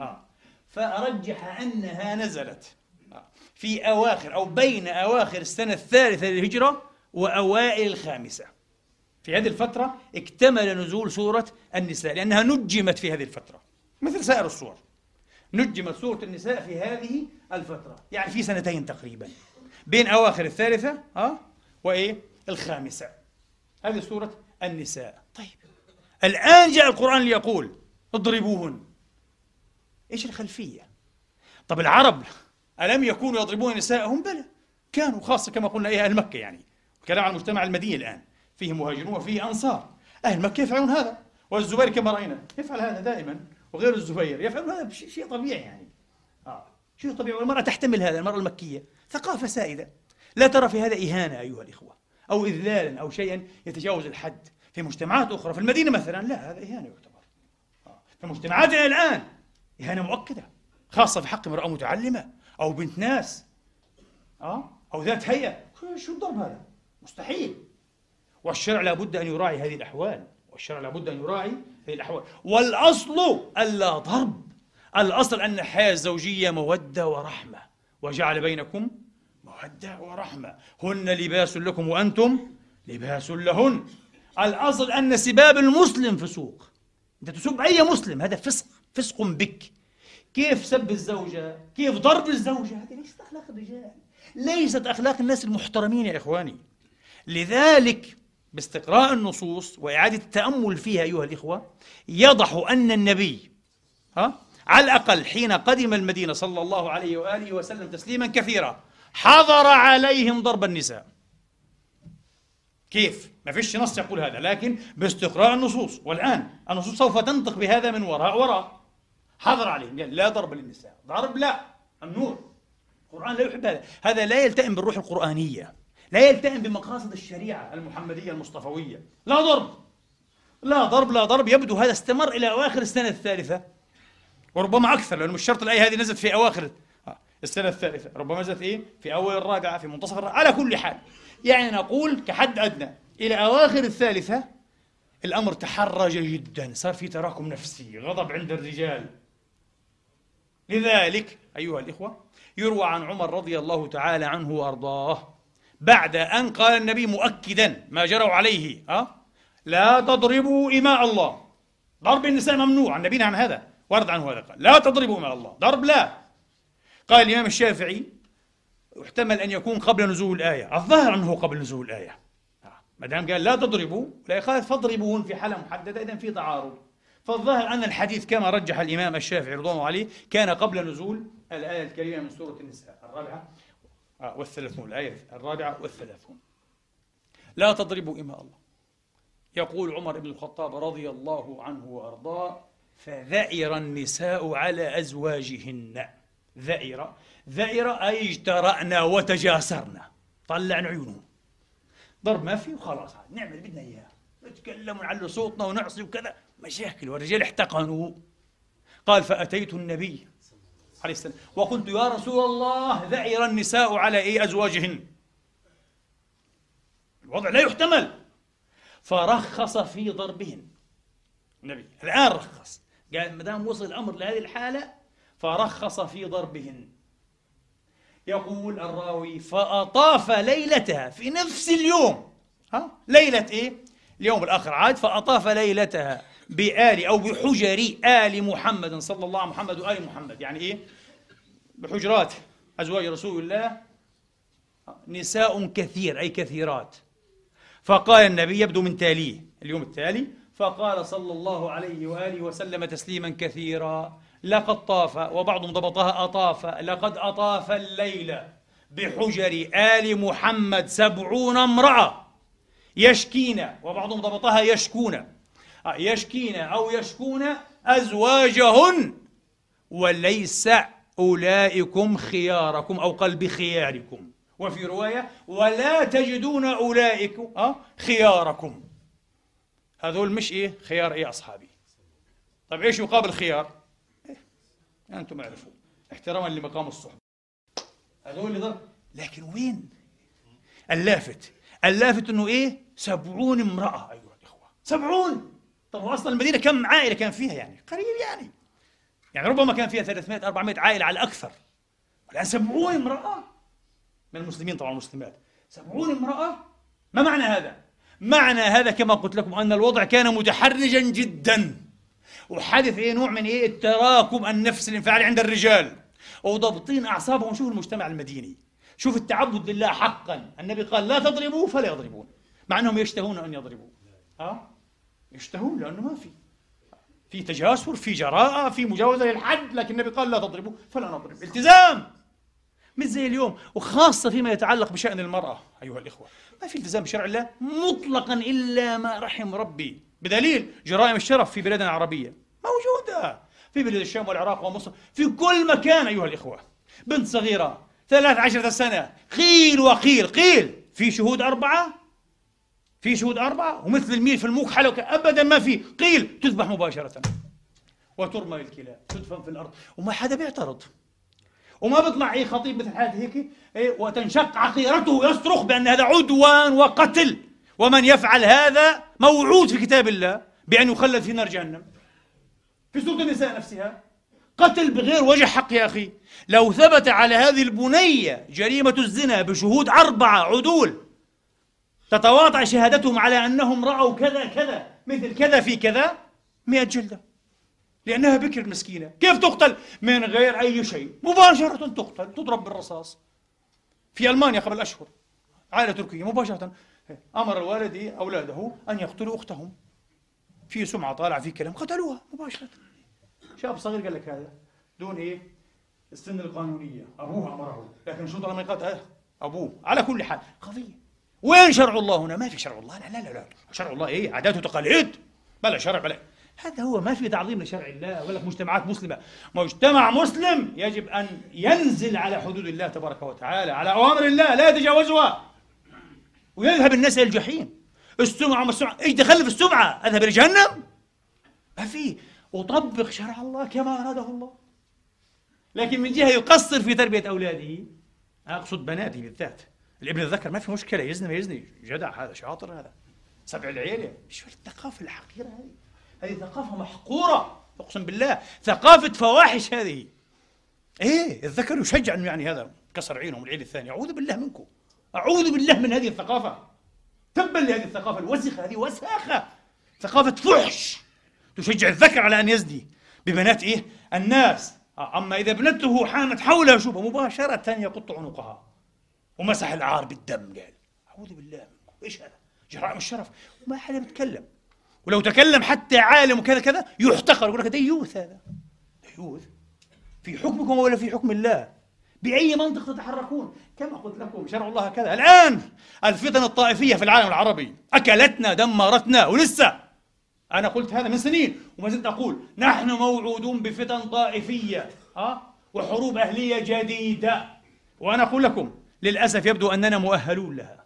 فأرجح أنها نزلت في أواخر أو بين أواخر السنة 3 للهجرة وأوائل 5. في هذه الفترة اكتمل نزول سورة النساء، لأنها نجمت في هذه الفترة مثل سائر السور. نجمت سورة النساء في هذه الفترة، يعني في 2 تقريبا، بين أواخر 3 و5. هذه سورة النساء. طيب، الآن جاء القرآن ليقول اضربوهن. إيش الخلفية؟ طب العرب ألم يكونوا يضربون نساءهم؟ بلى، كانوا، خاصة كما قلنا أهل مكة، يعني الكلام عن المجتمع المديني الآن، فيه مهاجرون وفيه أنصار. أهل مكة يفعلون هذا، والزبير كما رأينا يفعل هذا دائما، وغير الزبير يفعلون هذا، شيء طبيعي يعني. شيء طبيعي، والمرأة تحتمل هذا، المرأة المكية ثقافة سائدة، لا ترى في هذا إهانة أيها الإخوة أو إذلالا أو شيئا يتجاوز الحد. في مجتمعات أخرى، في المدينة مثلا، لا، هذا إهانة يعتبر. في مجتمعاتنا الآن إهانة مؤكدة، خاصة في حق امرأة متعلمة أو بنت ناس أو ذات هيئة. شو الضرب هذا؟ مستحيل. والشرع لابد أن يراعي هذه الأحوال، والأصل ألا ضرب، الأصل أن الحياة الزوجية مودة ورحمة، وجعل بينكم مودة ورحمة، هن لباس لكم وأنتم لباس لهن. الأصل أن سباب المسلم فسوق، أنت تسب أي مسلم هذا فسق بك، كيف سب الزوجة، كيف ضرب الزوجة، هذه ليست أخلاق الرجال، ليست أخلاق الناس المحترمين يا إخواني. لذلك باستقراء النصوص وإعادة التأمل فيها أيها الإخوة يضح أن النبي على الأقل حين قدم المدينة صلى الله عليه وآله وسلم تسليما كثيرا حظر عليهم ضرب النساء. كيف؟ ما فيش نص يقول هذا، لكن باستقراء النصوص، والآن النصوص سوف تنطق بهذا من وراء. حظر عليهم، يعني لا ضرب للنساء، ضرب لا، ممنوع. القرآن لا يحب هذا، هذا لا يلتئم بالروح القرآنية، لا يلتئم بمقاصد الشريعة المحمدية المصطفوية. لا ضرب لا ضرب لا ضرب. يبدو هذا استمر إلى أواخر السنة الثالثة وربما أكثر، لأنه مش شرط الآية هذه نزلت في أواخر السنة الثالثة، ربما نزلت في أول الرابعة، في منتصف الرابعة. على كل حال يعني نقول كحد أدنى إلى أواخر الثالثة الأمر تحرج جدا، صار في تراكم نفسي، غضب عند الرجال. لذلك أيها الإخوة يروى عن عمر رضي الله تعالى عنه وأرضاه بعد أن قال النبي مؤكدا ما جروا عليه لا تضربوا إماء الله، ضرب النساء ممنوع، النبي عن هذا ورد عنه هذا، قال لا تضربوا إماء الله، ضرب لا. قال الإمام الشافعي يحتمل أن يكون قبل نزول الآية، الظاهر أنه قبل نزول الآية، ما دام قال لا تضربوا لا قال فاضربوهن في حالة محددة، إذن في تعارض. فالظاهر أن الحديث كما رجح الإمام الشافعي رضوان الله عليه كان قبل نزول الآية الكريمة من سورة النساء 34 الآية 34. لا تضربوا إماء الله. يقول عمر بن الخطاب رضي الله عنه وأرضاه فذعر النساء على أزواجهن. ذعر أي اجترأنا وتجاسرنا، طلعنا عيونهم، ضرب ما فيه وخلاص نعمل بدنا إياه، نتكلم ونعلي صوتنا ونعصي وكذا، مشاكل، والرجال احتقنوا. قال فأتيت النبي عليه السلام وقلت يا رسول الله ذعر النساء على أزواجهن، الوضع لا يحتمل، فرخص في ضربهن. النبي الآن رخص، قال ما دام وصل الأمر لهذه الحالة فرخص في ضربهن. يقول الراوي فأطاف ليلتها في نفس اليوم، ليلة اليوم الآخر عاد، فأطاف ليلتها بآل أو بحجر آل محمد صلى الله عليه وسلم، محمد وآل محمد يعني بحجرات أزواج رسول الله نساء كثير أي كثيرات. فقال النبي يبدو من تاليه اليوم التالي، فقال صلى الله عليه وآله وسلم تسليما كثيرا لقد طاف، وبعضهم ضبطها أطاف، لقد أطاف الليلة بحجر آل محمد 70 امرأة يشكين، وبعضهم ضبطها يشكين أو يشكون أزواجهن، وليس أولئكم خياركم أو قال بخياركم، وفي رواية ولا تجدون أولئك خياركم. هذول مش خيار أصحابي. طيب إيش يقابل خيار؟ أنتم اعرفوا احتراما لمقام الصحبة. هذول اللي ضرب، لكن وين اللافت إنه 70 امرأة أيها الإخوة، 70. طب أصلا المدينة كم عائلة كان فيها؟ يعني قريب، يعني ربما كان فيها 300 400 عائلة على الأكثر، والآن 70 امرأة من المسلمين، طبعا المسلمات 70 امرأة. ما معنى هذا؟ معنى هذا كما قلت لكم أن الوضع كان متحرجا جدا، وحدث نوع من التراكم النفسي الانفعالي عند الرجال، وضبطين أعصابهم. شوف المجتمع المديني، شوف التعبد لله حقا. النبي قال لا تضربوا فلا يضربون، مع أنهم يشتهون أن يضربوا، يشتهون لأنه ما في تجاسر، في جراءة، في مجاوزة للحد، لكن النبي قال لا تضربوا فلا نضرب. التزام مش زي اليوم، وخاصة فيما يتعلق بشأن المرأة أيها الإخوة، ما في التزام بشرع الله مطلقا إلا ما رحم ربي، بدليل جرائم الشرف في بلادنا العربية موجودة، في بلاد الشام والعراق ومصر، في كل مكان أيها الإخوة. بنت صغيرة 13 سنة، قيل وقيل، في شهود أربعة، ومثل الميل في المكحلة أبدا ما في قيل، تذبح مباشرة وترمى للكلاب، تدفن في الأرض، وما حدا بيعترض، وما بيطلع خطيب مثل هذا هيك وتنشق عقيرته يصرخ بأن هذا عدوان وقتل، ومن يفعل هذا موعود في كتاب الله بأن يخلد في نار جهنم. في سورة النساء نفسها قتل بغير وجه حق يا أخي. لو ثبت على هذه البنية جريمة الزنا بشهود 4 عدول تتواطع شهادتهم على أنهم رأوا كذا مثل كذا في كذا، 100 جلدة. لأنها بكر مسكينة. كيف تقتل؟ من غير أي شيء، مباشرة تقتل، تضرب بالرصاص. في ألمانيا قبل أشهر عائلة تركية مباشرة أمر الوالد أولاده أن يقتلوا أختهم، في سمعة طالعة في كلام، قتلوها مباشرة. شاب صغير قال لك هذا دون السن القانونية، أبوه أمره، لكن شو طالما قتل أبوه. على كل حال قضية. وين شرع الله هنا؟ ما في شرع الله، لا لا لا، شرع الله عادات وتقاليد، بلا شرع بلا. هذا هو، ما في تعظيم لشرع الله. ولا مجتمعات مسلمة، مجتمع مسلم يجب أن ينزل على حدود الله تبارك وتعالى، على أوامر الله لا يتجاوزها، ويذهب الناس إلى الجحيم. السمعة والسمعة، إيش دخل في السمعة؟ أذهب إلى جهنم؟ ما في. وطبق شرع الله كما أراده الله. لكن من جهة يقصر في تربية أولاده، أقصد بناته بالذات، الابن الذكر ما في مشكلة، يزني ما يزني، جدع هذا، شاطر هذا، سبع العيلة. شو الثقافة الحقيرة هذه؟ هذه ثقافة محقورة، أقسم بالله، ثقافة فواحش هذه. الذكر يشجع أنه هذا كسر عينه من العيل الثاني. أعوذ بالله منكم، أعوذ بالله من هذه الثقافة. تبا لهذه الثقافة الوسخة، هذه وساخة، ثقافة فحش تشجع الذكر على أن يزني ببنات الناس. أما إذا ابنته حامت حولها شوبة، مباشرة يقط عنقها ومسح العار بالدم. قال أعوذ بالله منكم، إيش هذا؟ جرائم الشرف، وما حدا بيتكلم. ولو تكلم حتى عالم وكذا كذا يحتقر، يقول لك ديوث، هذا ديوث في حكمكم ولا في حكم الله؟ بأي منطق تتحركون؟ كما قلت لكم شرع الله كذا. الآن الفتن الطائفية في العالم العربي أكلتنا، دمرتنا، ولسه أنا قلت هذا من سنين وما زلت أقول نحن موعودون بفتن طائفية وحروب أهلية جديدة. وأنا أقول لكم للأسف يبدو أننا مؤهلون لها.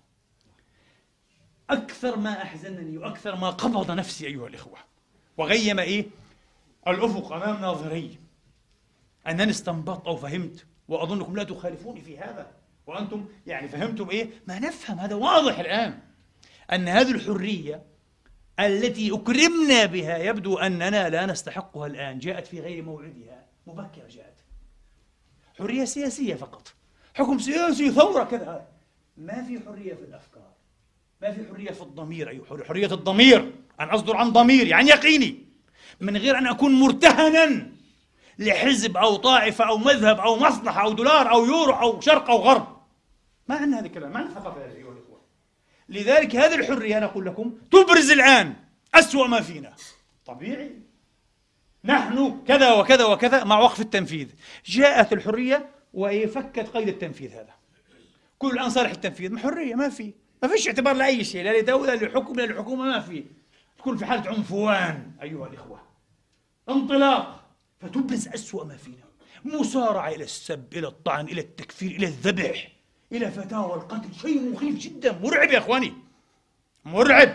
أكثر ما أحزنني وأكثر ما قبض نفسي أيها الإخوة وغيم الأفق أمام ناظري أنني استنبطت أو فهمت، وأظنكم لا تخالفوني في هذا، وأنتم فهمتم ما نفهم. هذا واضح الآن أن هذه الحرية التي أكرمنا بها يبدو أننا لا نستحقها الآن، جاءت في غير موعدها، مبكرة جاءت. حرية سياسية فقط، حكم سياسي، ثورة كذا. ما في حرية في الأفكار، ما في حرية في الضمير. حرية الضمير، أن أصدر عن ضميري، عن يقيني، من غير أن أكون مرتهنا لحزب أو طائفة أو مذهب أو مصلحة أو دولار أو يورو أو شرق أو غرب. ما عندنا هذا الكلام، ما عندنا ثقافة هذه أيها الإخوة. لذلك هذه الحرية أنا أقول لكم تبرز الآن أسوأ ما فينا. طبيعي، نحن كذا وكذا وكذا مع وقف التنفيذ. جاءت الحرية وفكت قيد التنفيذ هذا. كل الآن صالح التنفيذ، ما حرية، ما فيش اعتبار لأي شيء، لا لدولة لا لحكم لا لحكومة، ما في. تكون في حالة عنفوان أيها الإخوة، انطلاق، فتبرز أسوأ ما فينا. مصارعة إلى السب، إلى الطعن، إلى التكفير، إلى الذبح، إلى فتاوى القتل. شيء مخيف جدا، مرعب يا إخواني، مرعب.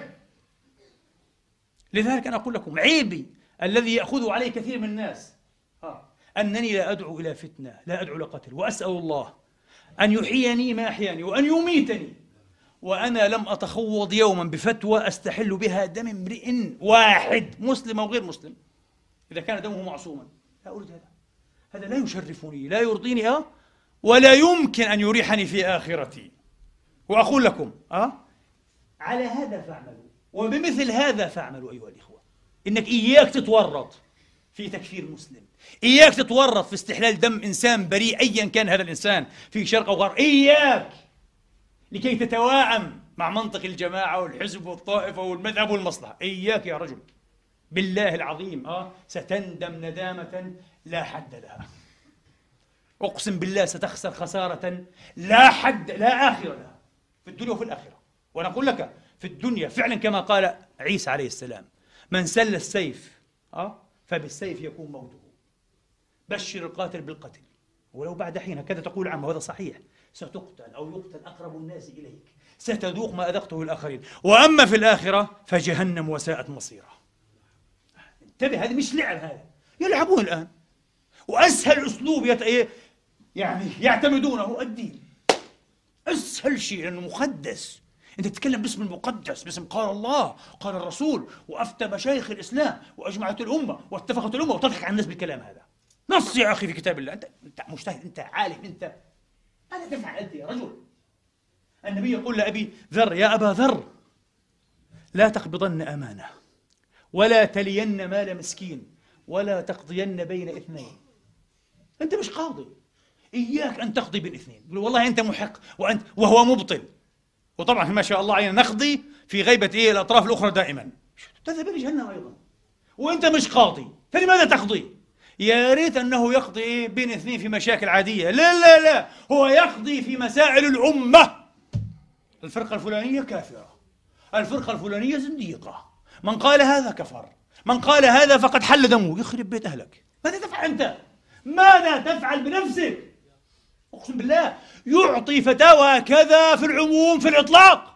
لذلك أنا أقول لكم عيبي الذي يأخذه عليه كثير من الناس أنني لا أدعو إلى فتنة، لا أدعو إلى قتل، وأسأل الله أن يحييني ما أحياني وأن يميتني وأنا لم أتخوض يوما بفتوى أستحل بها دم امرئ واحد، مسلم أو غير مسلم، إذا كان دمه معصوما. لا أريد هذا لا يشرفني، لا يرضيني ولا يمكن أن يريحني في آخرتي. وأقول لكم على هذا فاعملوا، وبمثل هذا فاعملوا أيها الإخوة. إنك إياك تتورط في تكفير مسلم، إياك تتورط في استحلال دم إنسان بريء أيا كان هذا الإنسان في شرق أو غرب، إياك، لكي تتواءم مع منطق الجماعة والحزب والطائفة والمذهب والمصلحة. إياك يا رجل، بالله العظيم ستندم ندامة لا حد لها. أقسم بالله ستخسر خسارة لا حد لا آخر لها في الدنيا وفي الآخرة. وأنا أقول لك في الدنيا فعلا كما قال عيسى عليه السلام: من سل السيف فبالسيف يكون موته. بشر القاتل بالقتل ولو بعد حين، هكذا تقول عنه، وهذا صحيح. ستقتل أو يقتل أقرب الناس إليك، ستذوق ما أذقته الآخرين، وأما في الآخرة فجهنم وساءت مصيرا. انتبه، هذه مش لعب، هذا يلعبون الآن. وأسهل أسلوب يعتمدونه الدين، أسهل شيء لأنه مقدس. أنت تتكلم باسم المقدس، باسم قال الله قال الرسول وأفتى مشايخ الإسلام وأجمعت الأمة واتفقت الأمة، وتضحك على الناس بالكلام هذا. نص يا أخي في كتاب الله. أنت مجتهد، أنت عالم، أنت ماذا تفعل أنت يا رجل؟ النبي يقول لأبي ذر: يا أبا ذر، لا تقبضن أمانة ولا تلين مال مسكين ولا تقضين بين اثنين. أنت مش قاضي، إياك أن تقضي بين اثنين. والله أنت محق وهو مبطل. وطبعا ما شاء الله علينا نقضي في غيبة الأطراف الأخرى دائما. تذهب إلى جهنم أيضا وأنت مش قاضي، فلماذا تقضي؟ يا ريت أنه يقضي بين اثنين في مشاكل عادية. لا لا لا، هو يقضي في مسائل الأمة. الفرقة الفلانية كافرة، الفرقة الفلانية زنديقة، من قال هذا كفر، من قال هذا فقد حل دمه. يخرب بيت أهلك. ماذا تفعل أنت؟ ماذا تفعل بنفسك؟ أقسم بالله يعطي فتاوى كذا في العموم في الإطلاق،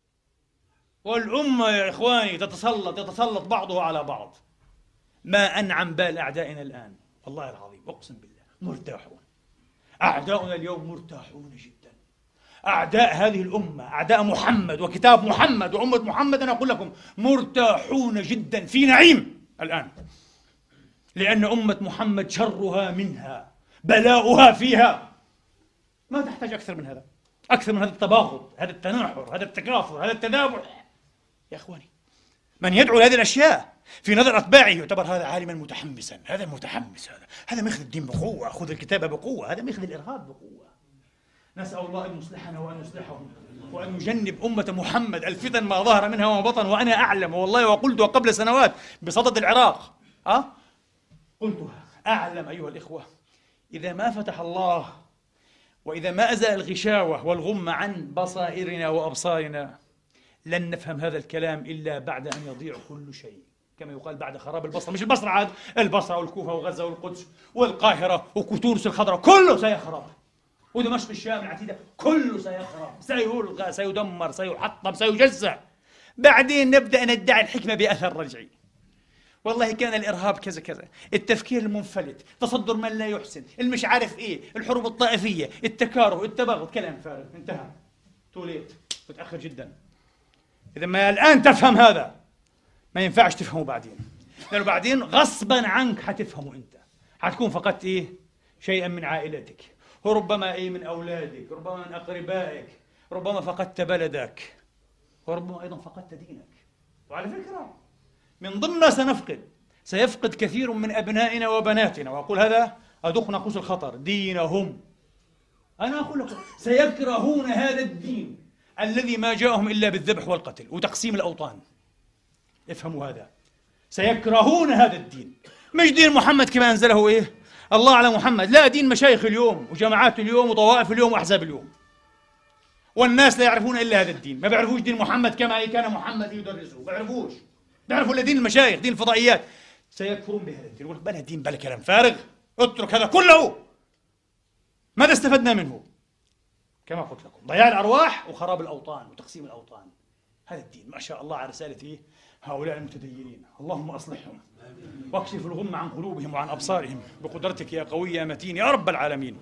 والأمة يا إخواني يتسلط بعضها على بعض. ما أنعم بال أعدائنا الآن، والله العظيم أقسم بالله مرتاحون. أعداؤنا اليوم مرتاحون جدا. أعداء هذه الأمة، أعداء محمد وكتاب محمد وأمة محمد، أنا أقول لكم مرتاحون جدا في نعيم الآن، لأن أمة محمد شرها منها، بلاؤها فيها. ما تحتاج أكثر من هذا، أكثر من هذا التباغض، هذا التناحر، هذا التكاثر، هذا التذابح. يا إخواني، من يدعو لهذه الأشياء في نظر أتباعه يعتبر هذا عالما متحمسا، هذا متحمس، هذا ماخذ الدين بقوة، خذ الكتاب بقوة، هذا ماخذ الإرهاب بقوة. نسأل الله أن يصلحنا وأن يصلحهم وأن يجنب أمة محمد الفتن ما ظهر منها وما بطن. وأنا أعلم والله، وقلتها قبل سنوات بصدد العراق، قلتها، أعلم أيها الإخوة، إذا ما فتح الله وإذا ما أزال الغشاوة والغمة عن بصائرنا وأبصارنا لن نفهم هذا الكلام إلا بعد أن يضيع كل شيء، كما يقال بعد خراب البصرة. مش البصرة عاد، البصرة والكوفة وغزة والقدس والقاهرة وتونس الخضراء كله سيخرب، ودمشق الشام العتيدة كله سيخرب، سيلغى، سيدمر، سيحطم، سيجزع. بعدين نبدأ ندعي الحكمة بأثر رجعي. والله كان الإرهاب كذا كذا، التفكير المنفلت، تصدر من لا يحسن، المش عارف إيه، الحروب الطائفية، التكاره، التباغض، كلام فارغ، انتهى. توليت، متأخر جدا. إذا ما الآن تفهم هذا ما ينفعش تفهمه بعدين، لأنه بعدين غصبا عنك حتفهمه أنت، حتكون فقدت شيئا من عائلتك، وربما من أولادك، ربما من أقربائك، ربما فقدت بلدك، وربما أيضا فقدت دينك. وعلى فكرة من ضمن ما سيفقد كثير من أبنائنا وبناتنا، وأقول هذا أدق ناقوس الخطر، دينهم. أنا أقول لكم سيكرهون هذا الدين الذي ما جاءهم إلا بالذبح والقتل وتقسيم الأوطان. افهموا هذا، سيكرهون هذا الدين، مش دين محمد كما أنزله الله على محمد، لا، دين مشايخ اليوم وجماعات اليوم وطوائف اليوم وأحزاب اليوم. والناس لا يعرفون إلا هذا الدين، ما بيعرفوش دين محمد كما كان محمد يدرسه، ما بيعرفوش، بيعرفوا إلا دين المشايخ، دين الفضائيات. سيكفرون بهذا الدين، يقول بلا دين بلا كلام فارغ، اترك هذا كله. ماذا استفدنا منه؟ كما قلت لكم ضياع الأرواح وخراب الأوطان وتقسيم الأوطان. هذا الدين ما شاء الله على رسالة هؤلاء المتدينين. اللهم أصلحهم واكشف الغم عن قلوبهم وعن أبصارهم بقدرتك يا قوي يا متين يا رب العالمين.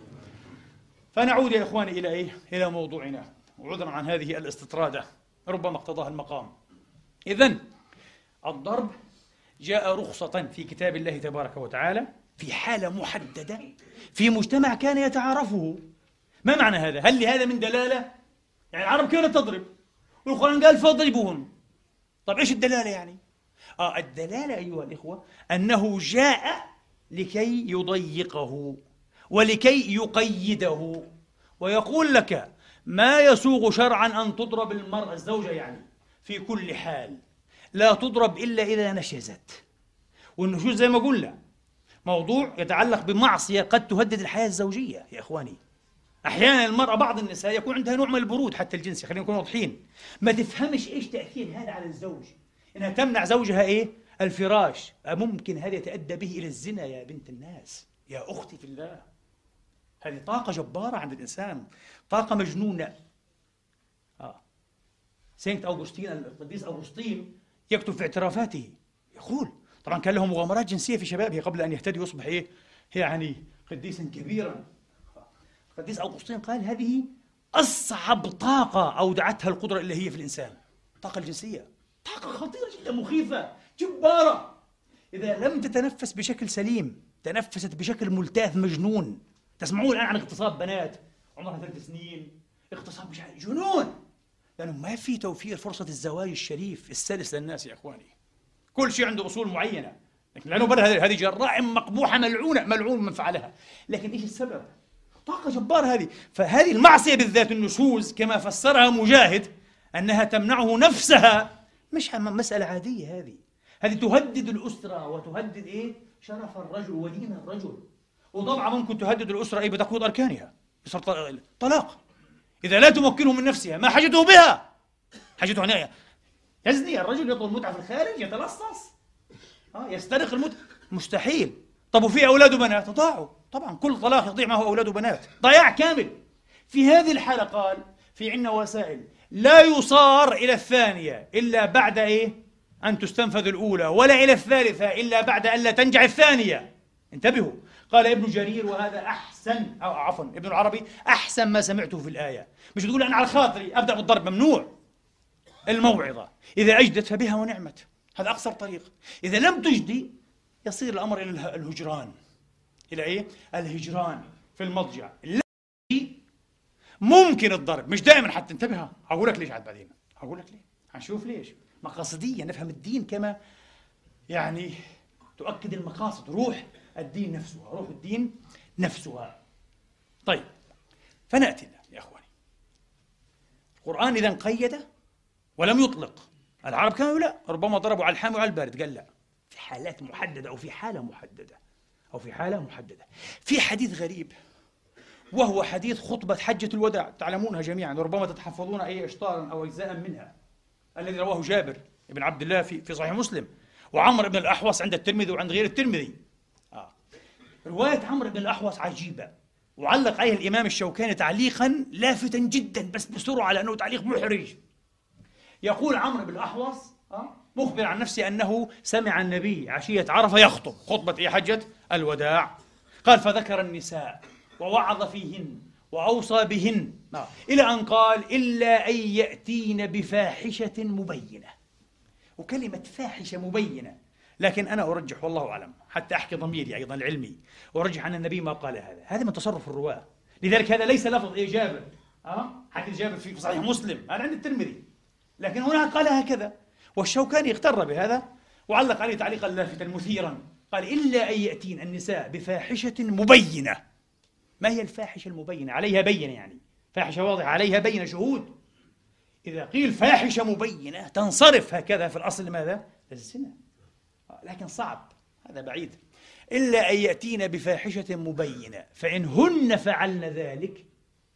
فنعود يا إخواني إلى موضوعنا، وعذرا عن هذه الاستطرادة ربما اقتضاها المقام. إذن الضرب جاء رخصة في كتاب الله تبارك وتعالى في حالة محددة في مجتمع كان يتعارفه. ما معنى هذا؟ هل لهذا من دلالة؟ يعني العرب كانت تضرب والقرآن قال فاضربوهم. طب إيش الدلالة يعني؟ الدلالة أيها الإخوة أنه جاء لكي يضيقه ولكي يقيده، ويقول لك ما يسوغ شرعا أن تضرب المرأة الزوجة يعني في كل حال، لا تضرب إلا إذا نشزت. والنشوز زي ما قلنا موضوع يتعلق بمعصية قد تهدد الحياة الزوجية يا إخواني. أحيانا المرأة بعض النساء يكون عندها نوع من البرود حتى الجنسي، خلينا نكون واضحين، ما تفهمش إيش تأثير هذا على الزوج، إنها تمنع زوجها الفراش، ممكن هذا يتأدى به إلى الزنا يا بنت الناس، يا أختي في الله. هذه طاقة جبارة عند الإنسان، طاقة مجنونة. سينت أوغسطين القديس أوغسطين يكتب في اعترافاته يقول طبعا كان له مغامرات جنسية في شبابه قبل أن يهتدي ويصبح يعني قديسا كبيرا. القديس أوغسطين قال هذه أصعب طاقة أودعتها القدرة الإلهية في الإنسان، الطاقة الجنسية، طاقة خطيرة جدا مخيفة جبارة. إذا لم تتنفس بشكل سليم تنفست بشكل ملتاث مجنون. تسمعون الآن عن اغتصاب بنات عمرها 3 سنين، اغتصاب مش جنون، لأنه ما في توفير فرصة الزواج الشريف السلس للناس يا إخواني. كل شيء عنده أصول معينة، لكن لا نبرر هذه جرائم مقبوحة ملعونة، ملعون من فعلها. لكن إيش السبب؟ طاقة جبارة هذه. فهذه المعصية بالذات، النشوز كما فسرها مجاهد أنها تمنعه نفسها، مش مسألة عادية. هذه تهدد الأسرة وتهدد شرف الرجل ودين الرجل. وطبعا ممكن تهدد الأسرة بتقويض أركانها، يصير طلاق. إذا لا تمكنه من نفسها ما حاجته بها، حاجته أن يزني الرجل، يطلب المتعة في الخارج، يتلصص، يسترق المتعة، مستحيل. طب وفي أولاد وبنات ضاعوا، طبعا كل طلاق يضيع معه أولاد وبنات، ضياع كامل. في هذه الحالة قال في عندنا وسائل لا يصار إلى الثانية إلا بعد أن تستنفذ الأولى، ولا إلى الثالثة إلا بعد أن لا تنجح الثانية. انتبهوا. قال ابن جرير وهذا أحسن، أو عفوا ابن العربي، أحسن ما سمعته في الآية. مش تقول أنا على خاطري أبدأ بالضرب، ممنوع. الموعظة إذا أجدت فبها ونعمت، هذا أقصر طريق. إذا لم تجدي يصير الأمر إلى الهجران، إلى الهجران في المضجع. ممكن الضرب، مش دائما حتى، انتبه. هقول لك ليش عاد بعدين، هقول لك ليه، هنشوف ليش. مقاصدية، نفهم الدين كما تؤكد المقاصد، روح الدين نفسها، روح الدين نفسها. طيب، فنأتي يا أخواني. القرآن إذا قيد ولم يطلق. العرب كانوا لا، ربما ضربوا على الحامي وعلى البارد، قال لا، في حالات محددة أو في حالة محددة. في حديث غريب، وهو حديث خطبة حجة الوداع، تعلمونها جميعا، وربما تتحفظون أي إشطارا أو أجزاء منها، الذي رواه جابر بن عبد الله في صحيح مسلم، وعمر بن الأحوص عند الترمذي وعند غير الترمذي. رواية عمرو بن الأحوص عجيبة، وعلق عليها الإمام الشوكاني تعليقا لافتا جدا، بس بسرعة لأنه تعليق محرج. يقول عمرو بن الأحوص مخبر عن نفسه أنه سمع النبي عشية عرفة يخطب خطبة حجة الوداع. قال فذكر النساء ووعظ فيهن وأوصى بهن، إلى أن قال إلا أن يأتين بفاحشة مبينة. وكلمة فاحشة مبينة، لكن أنا أرجح والله أعلم، حتى أحكي ضميري أيضا العلمي، أرجح أن النبي ما قال هذا من تصرف الرواة. لذلك هذا ليس لفظ جابر، حديث جابر في صحيح مسلم، هذا عند الترمذي، لكن هنا قال هكذا. والشوكاني اغتر بهذا وعلق عليه تعليقا لافتا مثيرا، قال إلا أن يأتين النساء بفاحشة مبينة. ما هي الفاحشة المبينة؟ عليها بينة، فاحشة واضحة عليها بينة، شهود. إذا قيل فاحشة مبينة تنصرف هكذا في الأصل لماذا؟ للزنا، لكن صعب، هذا بعيد. إلا أن يأتين بفاحشة مبينة فإنهن فعلن ذلك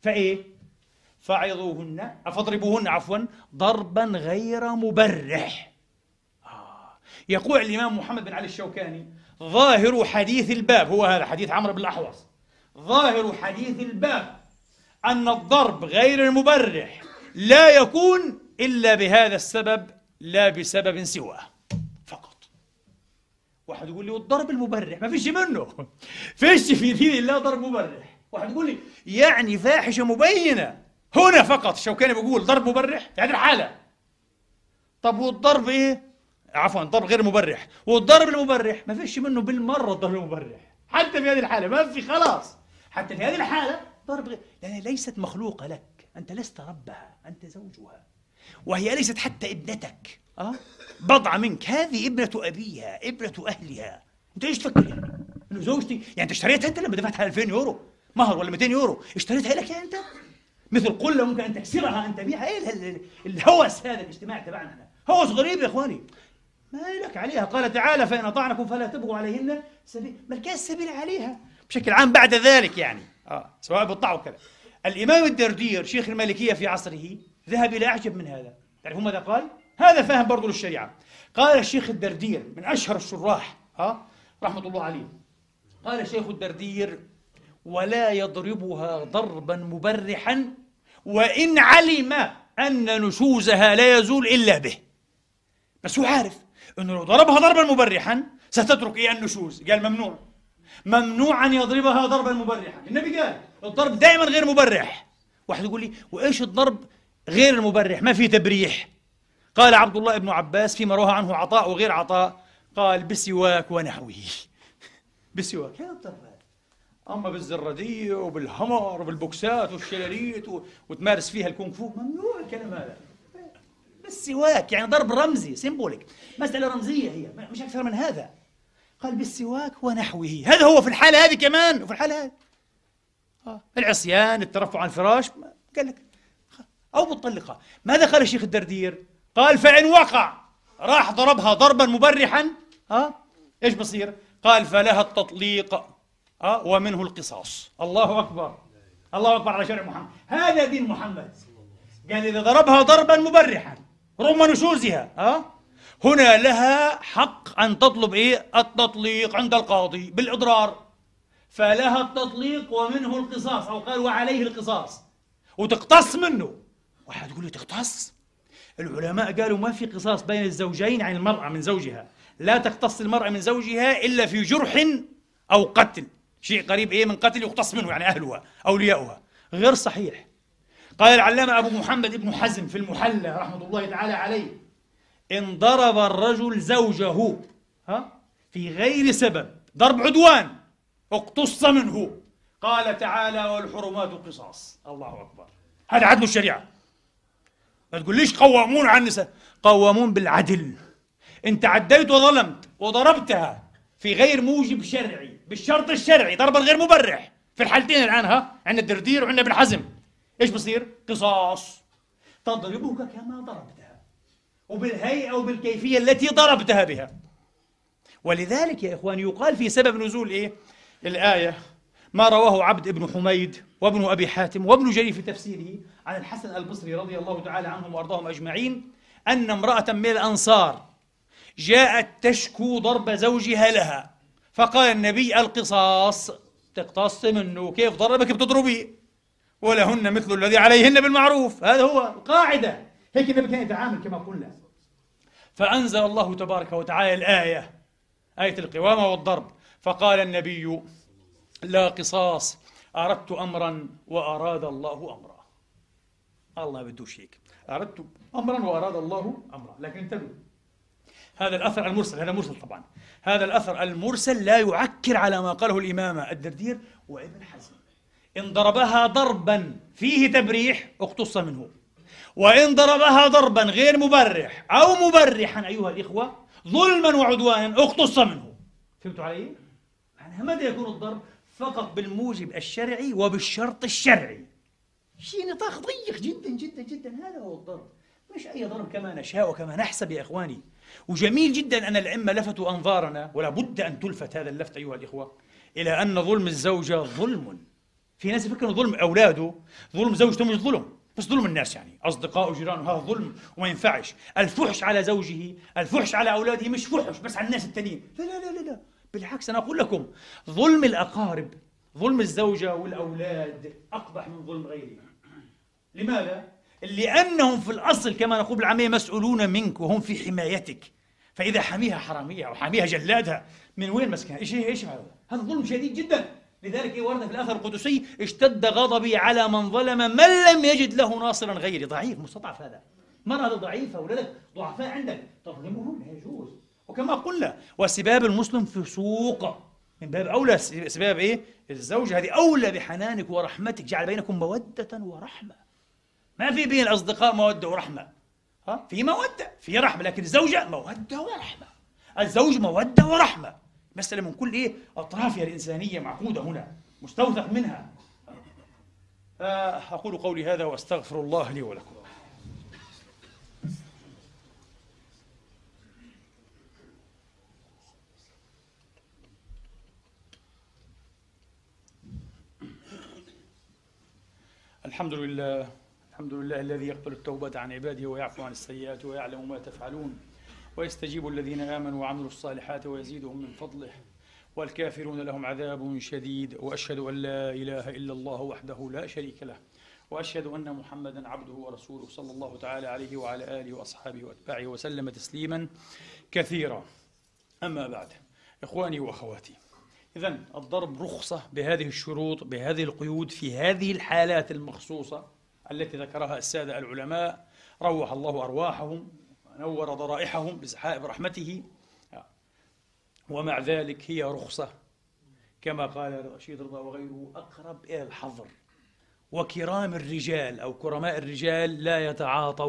فعظوهن، فاضربوهن عفوا ضربا غير مبرح. يقول الإمام محمد بن علي الشوكاني ظاهر حديث الباب، هو هذا حديث عمرو بن الأحوص، ظاهر حديث الباب أن الضرب غير المبرح لا يكون إلا بهذا السبب، لا بسبب سواه فقط. واحد يقول لي والضرب المبرح ما فيش منه، فيش في دين الله ضرب مبرح. واحد يقول لي فاحشة مبينة هنا فقط. الشوكاني بيقول ضرب مبرح في هذه الحالة. طب والضرب عفوا ضرب غير مبرح، والضرب المبرح ما فيش منه بالمرة. الضرب المبرح حتى في هذه الحالة ما في، خلاص، حتى في هذه الحالة ضرب غير، لأنها ليست مخلوقة لك، أنت لست ربها، أنت زوجها، وهي ليست حتى ابنتك، بضعة منك، هذه ابنة أبيها، ابنة أهلها. أنت إيش تفكر إنه زوجتي؟ أنت اشتريتها أنت لما دفعتها 2000 يورو مهر ولا 200 يورو، اشتريتها لك أنت؟ مثل قلة ممكن أن تكسرها أن تبيعها. الهوس هذا الاجتماع تبعنا، هوس غريب يا إخواني، ما لك عليها. قال تعالى فإن أطعنكم فلا تبغوا عليهن سبيل، ما كان السبيل عليها بشكل عام بعد ذلك، سواء بالطاعة وكذا. الإمام الدردير شيخ المالكية في عصره ذهب إلى أعجب من هذا. تعرفون ماذا قال؟ هذا فاهم برضو للشريعة. قال الشيخ الدردير من أشهر الشراح رحمة الله عليه، قال الشيخ الدردير ولا يضربها ضربا مبرحا وإن علم أن نشوزها لا يزول إلا به. بس هو عارف أنه لو ضربها ضربا مبرحا ستترك النشوز. قال ممنوع أن يضربها ضربا مبرحا. النبي قال الضرب دائما غير مبرح. واحد يقول لي وإيش الضرب غير المبرح؟ ما في تبريح. قال عبد الله بن عباس فيما روى عنه عطاء وغير عطاء، قال بسواك ونحوه. بسواك هذا الضرب، أما بالزرادية وبالهمر وبالبوكسات والشلاليت وتمارس فيها الكونغ فو ممنوع الكلام هذا. بالسواك ضرب رمزي، سيمبوليك، مسألة رمزية هي، مش أكثر من هذا. قال بالسواك ونحوه. هذا هو في الحالة هذه كمان، وفي الحالة هذه العصيان، الترفع عن الفراش، قال لك أو بالطلقة. ماذا قال الشيخ الدردير؟ قال فإن وقع راح ضربها ضربا مبرحا، إيش بصير؟ قال فلها التطليق ومنه القصاص. الله أكبر، الله أكبر على شرع محمد. هذا دين محمد. قال إذا ضربها ضربا مبرحا رغم نشوزها هنا لها حق أن تطلب التطليق عند القاضي بالإضرار، فلها التطليق ومنه القصاص، أو قال وعليه القصاص، وتقتص منه. واحد يقول لي تقتص؟ العلماء قالوا ما في قصاص بين الزوجين عن المرأة من زوجها، لا تقتص المرأة من زوجها إلا في جرح أو قتل، شيء قريب من قتل يقتص منه، يعني أهلها أولياؤها. غير صحيح. قال العلامة أبو محمد ابن حزم في المحلى رحمة الله تعالى عليه: إن ضرب الرجل زوجه في غير سبب ضرب عدوان اقتص منه. قال تعالى: والحرمات قصاص. الله أكبر، هذا عدل الشريعة. ما تقول ليش قوامون على النساء؟ قوامون بالعدل. انت عديت وظلمت وضربتها في غير موجب شرعي بالشرط الشرعي ضربا غير مبرح، في الحالتين الآن عندنا الدردير وعندنا ابن حزم، ايش بصير؟ قصاص. تضربك كما ضربتها وبالهيئة وبالكيفية التي ضربتها بها. ولذلك يا إخواني يقال في سبب نزول الآية ما رواه عبد بن حميد وابن أبي حاتم وابن جرير في تفسيره عن الحسن البصري رضي الله تعالى عنهم وأرضاهم أجمعين أن امرأة من الأنصار جاءت تشكو ضرب زوجها لها، فقال النبي: القصاص، تقتص منه، كيف ضربك بتضربيه، ولهن مثل الذي عليهن بالمعروف. هذا هو القاعدة، هيك النبي كان يتعامل كما قلنا. فأنزل الله تبارك وتعالى الآية، آية القوامة والضرب، فقال النبي: لا قصاص، أردت أمرا وأراد الله أمرا. الله بدوش هيك، أردت أمرا وأراد الله أمرا. لكن انتبهوا، هذا الأثر المرسل، هذا مرسل طبعا، هذا الأثر المرسل لا يعكر على ما قاله الإمام الدردير وابن حزم. إن ضربها ضربا فيه تبريح اقتص منه، وإن ضربها ضربا غير مبرح أو مبرحا أيها الإخوة ظلما وعدوانا اقتص منه. فهمتوا علي؟ يعني ماذا يكون الضرب؟ فقط بالموجب الشرعي وبالشرط الشرعي، شيء نطاق ضيق جدا جدا جدا. هذا هو الضرب، مش أي ضرب كما نشاء وكما نحسب يا إخواني. وجميل جدا أن الأئمة لفتوا أنظارنا، ولا بد أن تلفت هذا اللفت أيها الإخوة، إلى أن ظلم الزوجة ظلم. في ناس يفكروا ظلم أولاده، ظلم زوجته مش ظلم، بس ظلم الناس، يعني أصدقاء وجيرانه، هذا ظلم وما ينفعش. الفحش على زوجه، الفحش على أولاده مش فحش بس على الناس التانيين، لا لا لا لا، بالعكس. أنا أقول لكم ظلم الأقارب، ظلم الزوجة والأولاد أقبح من ظلم غيرهم. لماذا؟ لأنهم في الأصل كما نقول بالعامية مسؤولون منك وهم في حمايتك، فإذا حميها حرامية أو حميها جلادها من وين مسكنها؟ إيش هذا ظلم شديد جدا. لذلك ورد في الأثر القدسي: اشتد غضبي على من ظلم من لم يجد له ناصرا غيري. ضعيف مستضعف، هذا مرة ضعيفة، أولادك ضعفاء عندك تظلمهم لا يجوز. وكما قلنا وسباب المسلم فسوق، من باب أولى سباب الزوجة، هذه أولى بحنانك ورحمتك، جعل بينكم مودة ورحمة. ما في بين الأصدقاء مودة ورحمة، في مودة في رحمة، لكن الزوجة مودة ورحمة، الزوج مودة ورحمة، مسألة من كل أطرافها الإنسانية معقودة هنا، مستوثق منها. أقول قولي هذا وأستغفر الله لي ولكم. الحمد لله، الحمد لله الذي يقبل التوبة عن عباده ويعفو عن السيئات ويعلم ما تفعلون ويستجيب الذين آمنوا وعملوا الصالحات ويزيدهم من فضله، والكافرون لهم عذاب شديد. وأشهد أن لا إله إلا الله وحده لا شريك له، وأشهد أن محمدا عبده ورسوله صلى الله تعالى عليه وعلى آله وأصحابه وأتباعه وسلم تسليما كثيرا. أما بعد، إخواني وأخواتي، إذن الضرب رخصة بهذه الشروط، بهذه القيود، في هذه الحالات المخصوصة التي ذكرها السادة العلماء، روح الله أرواحهم ونور ضرائحهم بسحائب رحمته. ومع ذلك هي رخصة كما قال رشيد رضا وغيره أقرب إلى الحظر، وكرام الرجال أو كرماء الرجال لا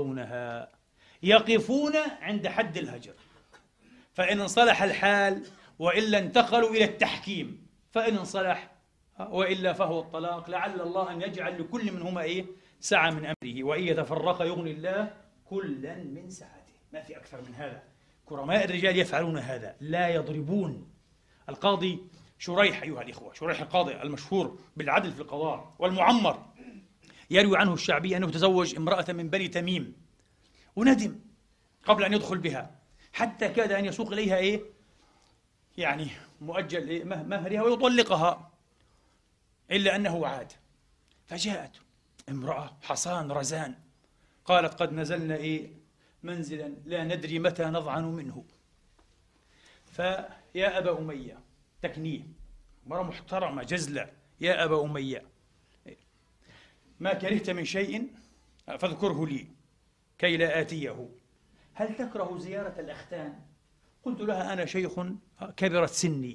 يتعاطونها، يقفون عند حد الهجر، فإن انصلح الحال وإلا انتقلوا إلى التحكيم، فإن انصلح وإلا فهو الطلاق، لعل الله أن يجعل لكل منهما سعة من أمره، وإن يتفرق يغني الله كلا من سعته. ما في أكثر من هذا. كرماء الرجال يفعلون هذا، لا يضربون. القاضي شريح أيها الإخوة، شريح القاضي المشهور بالعدل في القضاء والمعمر، يروي عنه الشعبي أنه تزوج امرأة من بني تميم وندم قبل أن يدخل بها، حتى كاد أن يسوق إليها يعني مؤجل مهرها ويطلقها، إلا أنه عاد. فجاءت امرأة حصان رزان قالت قد نزلنا منزلا لا ندري متى نضعن منه، فيا أبا أمية، تكنيه، مرة محترمة جزلة، يا أبا أمية ما كرهت من شيء فاذكره لي كي لا آتيه، هل تكره زيارة الأختان؟ قلت لها أنا شيخ كبرت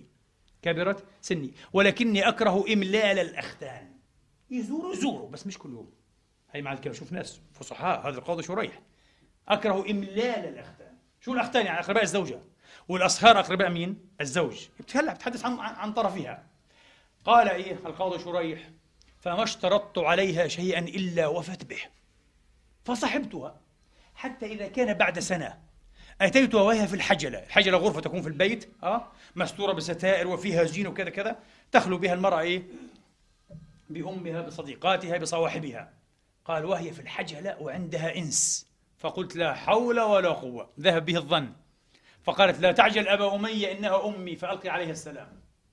سني ولكني أكره إملال الأختان. يزوروا بس مش كل يوم. هي مع الكلام، شوف ناس فصحاء، هذا القاضي شريح. أكره إملال الأختان. شو الأختان؟ يعني أقرباء الزوجة، والأصهار أقرباء مين؟ الزوج. بتحدث عن طرفها. قال القاضي شريح فما اشترطت عليها شيئا إلا وفت به، فصحبتها حتى إذا كان بعد سنة أتيتها وهي في الحجلة غرفة تكون في البيت مستورة بستائر وفيها زين وكذا كذا، تخلو بها المرأة بأمها بصديقاتها بصواحبها. قال وهي في الحجلة وعندها إنس، فقلت لا حول ولا قوة، ذهب به الظن. فقالت لا تعجل أبا أمية إنها أمي، فألقي عليها السلام.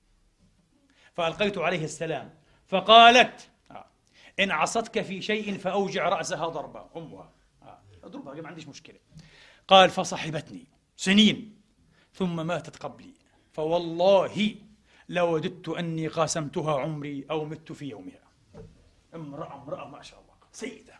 فألقيت عليه السلام، فقالت إن عصتك في شيء فأوجع رأسها ضربة، أمها أضربها ما عنديش مشكلة. قال فصحبتني سنين ثم ماتت قبلي، فوالله لوددت أني قاسمتها عمري أو مت في يومها. امرأة ما شاء الله سيدة.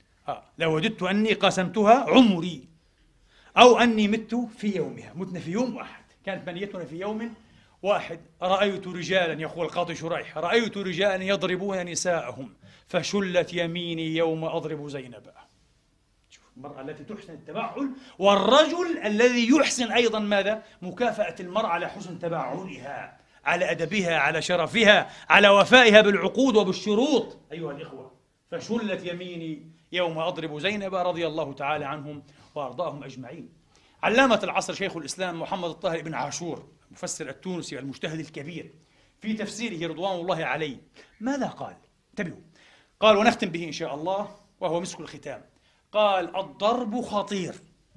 لوددت أني قاسمتها عمري أو أني مت في يومها. متنا في يوم واحد، كانت منيتنا في يوم واحد. رأيت رجالا، يقول القاضي شريح، رأيت رجالا يضربون نساءهم فشلت يميني يوم أضرب زينب. شوف المرأة التي تحسن التبعل، والرجل الذي يحسن أيضا ماذا؟ مكافأة المرأة على حسن تبعلها، على أدبها، على شرفها، على وفائها بالعقود وبالشروط. أيها الإخوة، فشلت يميني يوم أضرب زينب رضي الله تعالى عنهم وأرضاهم أجمعين. علامة العصر شيخ الإسلام محمد الطاهر بن عاشور، المفسر التونسي المجتهد الكبير، في تفسيره رضوان الله عليه ماذا قال؟ انتبهوا. قال ونختم به إن شاء الله وهو مسك الختام. قال الضرب خطير.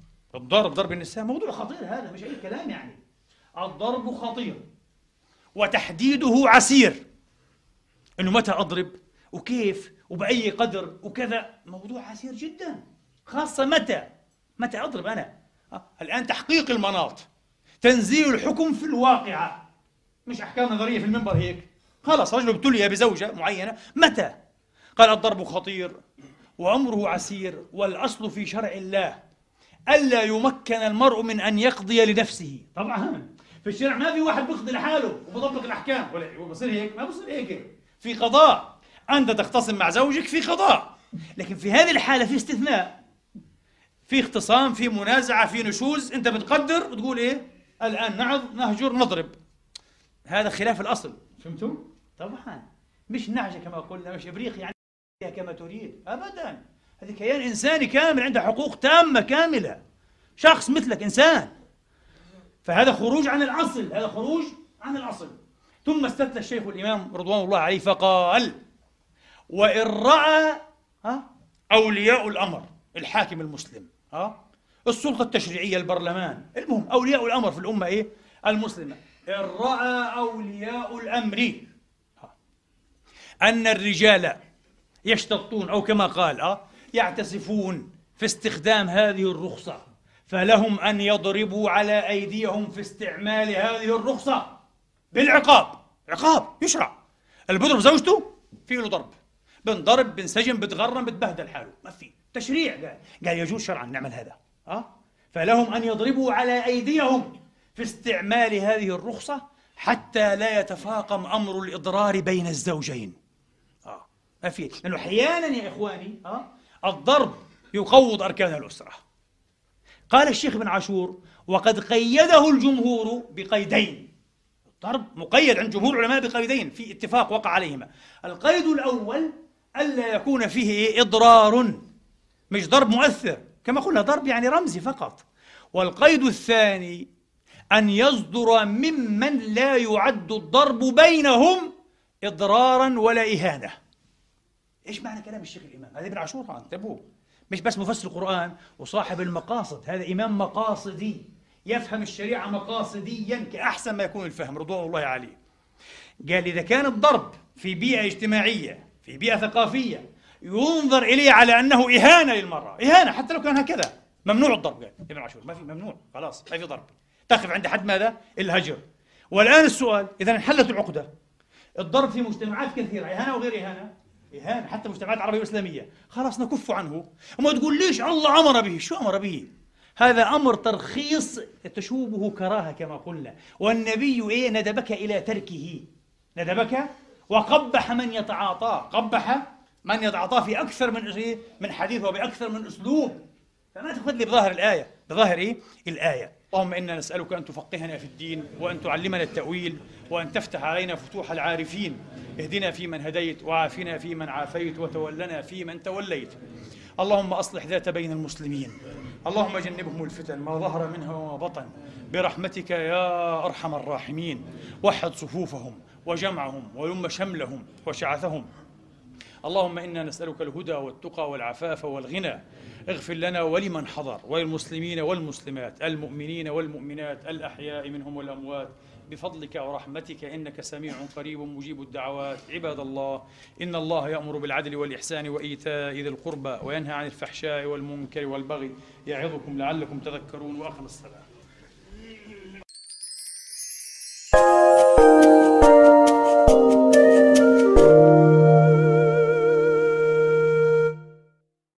ضرب النساء موضوع خطير، هذا مش أي كلام يعني. الضرب خطير وتحديده عسير. إنه متى أضرب وكيف وبأي قدر وكذا موضوع عسير جدا، خاصة متى أضرب أنا. الآن تحقيق المناط، تنزيل الحكم في الواقعة، مش أحكام نظرية في المنبر هيك. خلاص رجل ابتلي بزوجة معينة، متى؟ قال الضرب خطير وأمره عسير، والأصل في شرع الله ألا يمكن المرء من أن يقضي لنفسه. طبعا في الشرع ما في واحد بيقضي لحاله وبطبق الأحكام، ولا بصير هيك، ما بصير هيك. في قضاء، أنت تختصم مع زوجك في قضاء، لكن في هذه الحالة في استثناء، في اختصام، في منازعة، في نشوز، أنت بتقدر وتقول الآن نهجر نضرب. هذا خلاف الأصل، فهمتم؟ طبعا مش نعجة كما قلنا، مش إبريق يعني كما تريد، أبدا. هذا كيان إنساني كامل، عنده حقوق تامة كاملة، شخص مثلك إنسان. فهذا خروج عن الأصل، هذا خروج عن الأصل. ثم استثنى الشيخ الإمام رضوان الله عليه فقال وإن رأى أولياء الأمر، الحاكم المسلم، السلطة التشريعية، البرلمان، المهم أولياء الأمر في الأمة المسلمة، إن رأى أولياء الأمر أن الرجال يشتطون أو كما قال يعتسفون في استخدام هذه الرخصة، فلهم أن يضربوا على أيديهم في استعمال هذه الرخصة بالعقاب. عقاب يشرع. اللي بيضرب زوجته فيه له ضرب، بنضرب، بنسجن، بتغرم، بتبهدل حاله، ما في تشريع. قال يجوز شرعا نعمل هذا. فلهم أن يضربوا على أيديهم في استعمال هذه الرخصة حتى لا يتفاقم أمر الإضرار بين الزوجين. ما في، لأنه أحيانا يا إخواني الضرب يقوض أركان الأسرة. قال الشيخ ابن عاشور وقد قيده الجمهور بقيدين. ضرب مقيد عند جمهور العلماء بقيدين في اتفاق وقع عليهما. القيد الأول ألا يكون فيه إضرار، مش ضرب مؤثر كما قلنا، ضرب يعني رمزي فقط. والقيد الثاني أن يصدر ممن لا يعد الضرب بينهم إضرارا ولا إهانة. إيش معنى كلام الشيخ الإمام؟ هذا ابن عاشور، انتبهوا، مش بس مفسر القرآن وصاحب المقاصد، هذا إمام مقاصدي يفهم الشريعة مقاصديا كأحسن ما يكون الفهم رضوان الله عليه. قال إذا كان الضرب في بيئة اجتماعية، في بيئة ثقافية، ينظر إليه على أنه إهانة للمرأة، إهانة حتى لو كان هكذا، ممنوع الضرب. قال ابن عاشور ما في، ممنوع، خلاص ما في ضرب، تقف عند حد ماذا؟ الهجر. والآن السؤال، إذا انحلت العقدة، الضرب في مجتمعات كثيرة إهانة وغير إهانة، إهانة حتى مجتمعات عربية وإسلامية، خلاص نكف عنه. وما تقول ليش الله أمر به؟ شو أمر به؟ هذا أمر ترخيص تشوبه كراهة كما قلنا، والنبي ندبك إلى تركه، ندبك وقبح من يتعاطاه، قبح من يتعاطاه في أكثر من حديث وبأكثر من أسلوب. فما تأخذ لي بظاهر الآية، بظاهر الآية. اللهم إنا نسألك أن تفقهنا في الدين، وأن تعلمنا التأويل، وأن تفتح علينا فتوح العارفين. اهدنا فيمن هديت، وعافنا فيمن عافيت، وتولنا فيمن توليت. اللهم أصلح ذات بين المسلمين، اللهم جنبهم الفتن ما ظهر منها وما بطن برحمتك يا أرحم الراحمين. وحد صفوفهم وجمعهم ولم شملهم وشعثهم. اللهم إنا نسألك الهدى والتقى والعفاف والغنى. اغفر لنا ولمن حضر، وللمسلمين والمسلمات، المؤمنين والمؤمنات، الأحياء منهم والأموات، بفضلك ورحمتك، إنك سميع قريب مجيب الدعوات. عباد الله، إن الله يأمر بالعدل والإحسان وإيتاء ذي القربى، وينهى عن الفحشاء والمنكر والبغي، يعظكم لعلكم تذكرون. وأقم الصلاة.